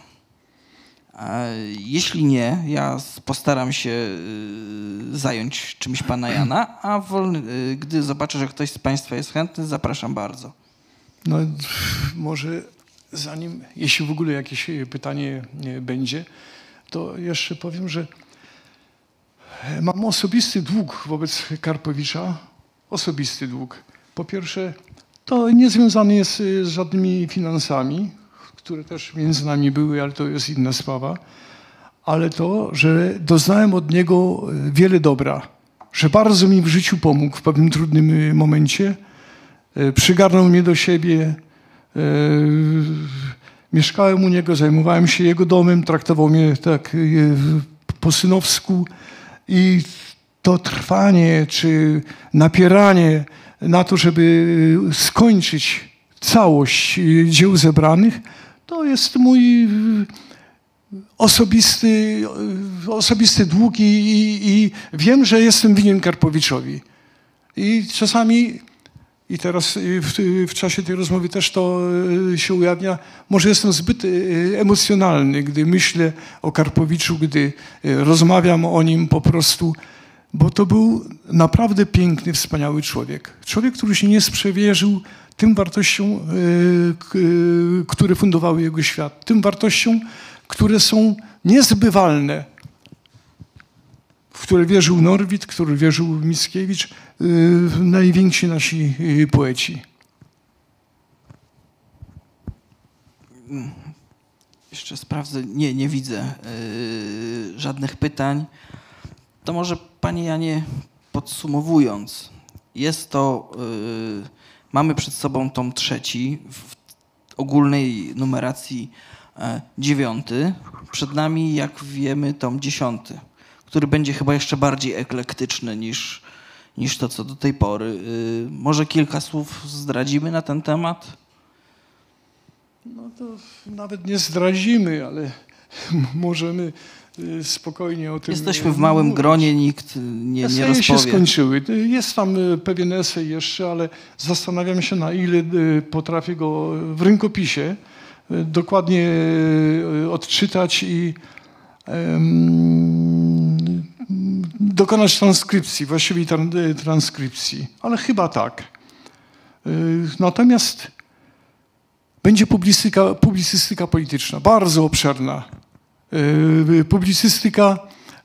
Jeśli nie, ja postaram się zająć czymś pana Jana, a gdy zobaczę, że ktoś z państwa jest chętny, zapraszam bardzo. No może jeśli w ogóle jakieś pytanie będzie, to jeszcze powiem, że mam osobisty dług wobec Karpowicza. Osobisty dług. Po pierwsze, to nie związane jest z żadnymi finansami, które też między nami były, ale to jest inna sprawa. Ale to, że doznałem od niego wiele dobra, że bardzo mi w życiu pomógł w pewnym trudnym momencie. Przygarnął mnie do siebie, mieszkałem u niego, zajmowałem się jego domem, traktował mnie tak po synowsku i to trwanie czy napieranie na to, żeby skończyć całość dzieł zebranych, to jest mój osobisty dług i wiem, że jestem winien Karpowiczowi. I czasami, i teraz w czasie tej rozmowy też to się ujawnia, może jestem zbyt emocjonalny, gdy myślę o Karpowiczu, gdy rozmawiam o nim po prostu, bo to był naprawdę piękny, wspaniały człowiek. Człowiek, który się nie sprzewierzył tym wartościom, które fundowały jego świat, tym wartościom, które są niezbywalne, w które wierzył Norwid, w które wierzył Mickiewicz, najwięksi nasi poeci. Jeszcze sprawdzę. Nie widzę żadnych pytań. To może, panie Janie, podsumowując, jest to, mamy przed sobą tom 3 w ogólnej numeracji 9. Przed nami, jak wiemy, tom 10, który będzie chyba jeszcze bardziej eklektyczny niż to, co do tej pory. Może kilka słów zdradzimy na ten temat? No to nawet nie zdradzimy, ale możemy spokojnie o tym Jesteśmy w małym mówić. gronie, nikt nie rozpowie. się skończyły. Jest tam pewien esej jeszcze, ale zastanawiam się, na ile potrafię go w rękopisie dokładnie odczytać i dokonać transkrypcji, właściwej transkrypcji. Ale chyba tak. Natomiast będzie publicystyka polityczna, bardzo obszerna. Publicystyka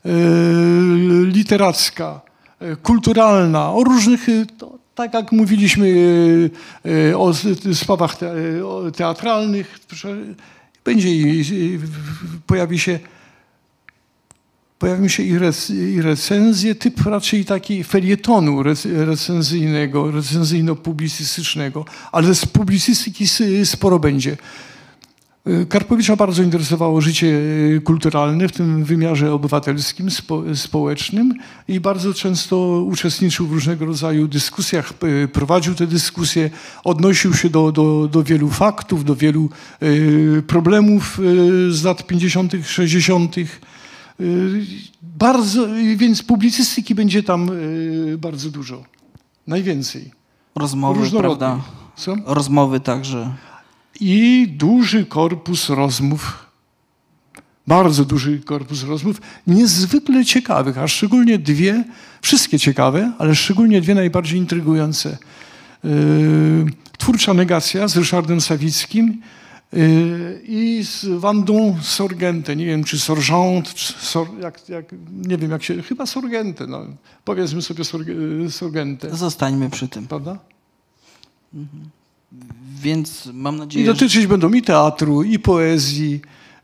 literacka, kulturalna, o różnych, tak jak mówiliśmy o sprawach teatralnych, pojawią się i recenzje, typ raczej taki felietonu recenzyjno-publicystycznego, ale z publicystyki sporo będzie. Karpowicza bardzo interesowało życie kulturalne w tym wymiarze obywatelskim, społecznym i bardzo często uczestniczył w różnego rodzaju dyskusjach, prowadził te dyskusje, odnosił się do wielu faktów, do wielu problemów z lat 50., 60. Więc publicystyki będzie tam bardzo dużo. Najwięcej. Rozmowy, prawda? Co? Rozmowy także. I duży korpus rozmów, bardzo duży korpus rozmów, niezwykle ciekawych, a szczególnie dwie, wszystkie ciekawe, ale szczególnie dwie najbardziej intrygujące. Twórcza negacja z Ryszardem Sawickim i z Wandą Sorgente. Nie wiem, czy Sorgente, czy nie wiem jak się, chyba Sorgente, no. Powiedzmy sobie Sorgente. Zostańmy przy tym. Prawda? Więc mam I nadzieję, że... dotyczyć będą i teatru, i poezji,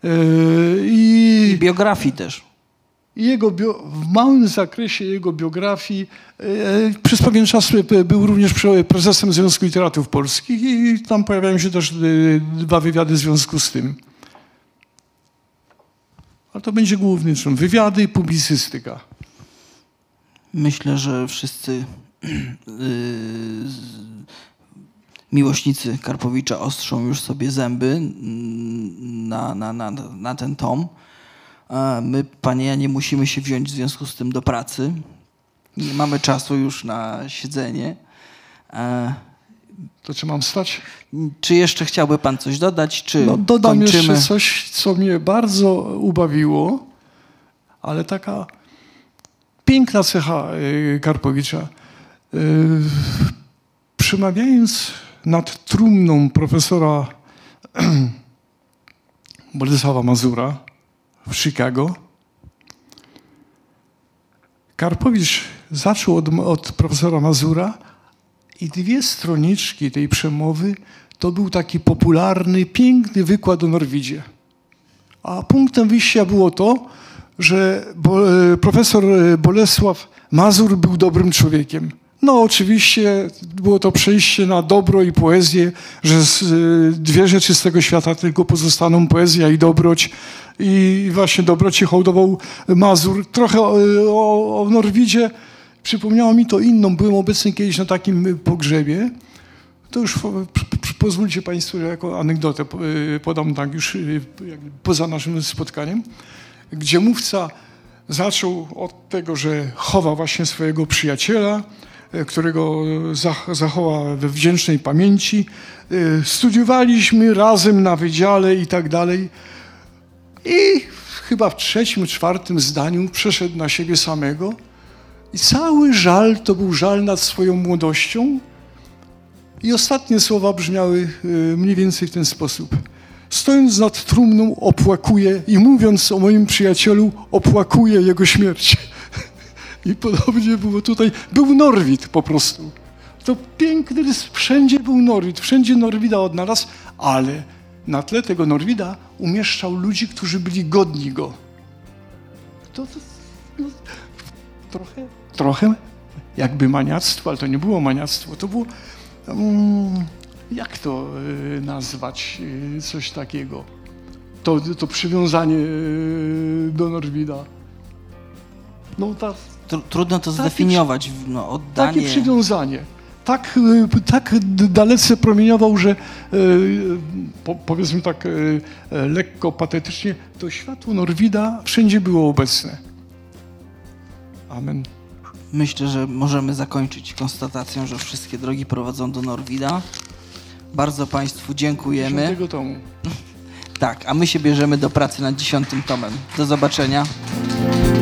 I biografii też. i jego w małym zakresie jego biografii. Przez pewien czas był również prezesem Związku Literatów Polskich i tam pojawiają się też dwa wywiady w związku z tym. A to będzie główny czyn. Wywiady i publicystyka. Myślę, że wszyscy miłośnicy Karpowicza ostrzą już sobie zęby na ten tom. My, panie Janie, musimy się wziąć w związku z tym do pracy. Nie mamy czasu już na siedzenie. To czy mam stać? Czy jeszcze chciałby pan coś dodać, czy No, dodam kończymy? jeszcze coś, co mnie bardzo ubawiło, ale taka piękna cecha Karpowicza. Przemawiając nad trumną profesora Bolesława Mazura w Chicago, Karpowicz zaczął od profesora Mazura i dwie stroniczki tej przemowy to był taki popularny, piękny wykład o Norwidzie. A punktem wyjścia było to, że profesor Bolesław Mazur był dobrym człowiekiem. No oczywiście było to przejście na dobro i poezję, że dwie rzeczy z tego świata tylko pozostaną, poezja i dobroć. I właśnie dobroci hołdował Mazur. Trochę o Norwidzie przypomniało mi to inną. Byłem obecny kiedyś na takim pogrzebie. To już pozwólcie państwo, że jako anegdotę podam tak już poza naszym spotkaniem, gdzie mówca zaczął od tego, że chowa właśnie swojego przyjaciela, którego zachowa we wdzięcznej pamięci. Studiowaliśmy razem na wydziale i tak dalej. I chyba w trzecim, czwartym zdaniu przeszedł na siebie samego i cały żal to był żal nad swoją młodością. I ostatnie słowa brzmiały mniej więcej w ten sposób. Stojąc nad trumną opłakuję i mówiąc o moim przyjacielu opłakuję jego śmierć. I podobnie było tutaj. Był Norwid po prostu. To piękny rys. Wszędzie był Norwid. Wszędzie Norwida odnalazł, ale na tle tego Norwida umieszczał ludzi, którzy byli godni go. No, trochę jakby maniactwo, ale to nie było maniactwo. To było, jak to nazwać, coś takiego. To przywiązanie do Norwida. No, Trudno to zdefiniować. No, oddanie. Takie przywiązanie. Tak dalece promieniował, że powiedzmy tak lekko patetycznie, to światło Norwida wszędzie było obecne. Amen. Myślę, że możemy zakończyć konstatacją, że wszystkie drogi prowadzą do Norwida. Bardzo państwu dziękujemy. 10 tomu. Tak, a my się bierzemy do pracy nad 10 tomem. Do zobaczenia.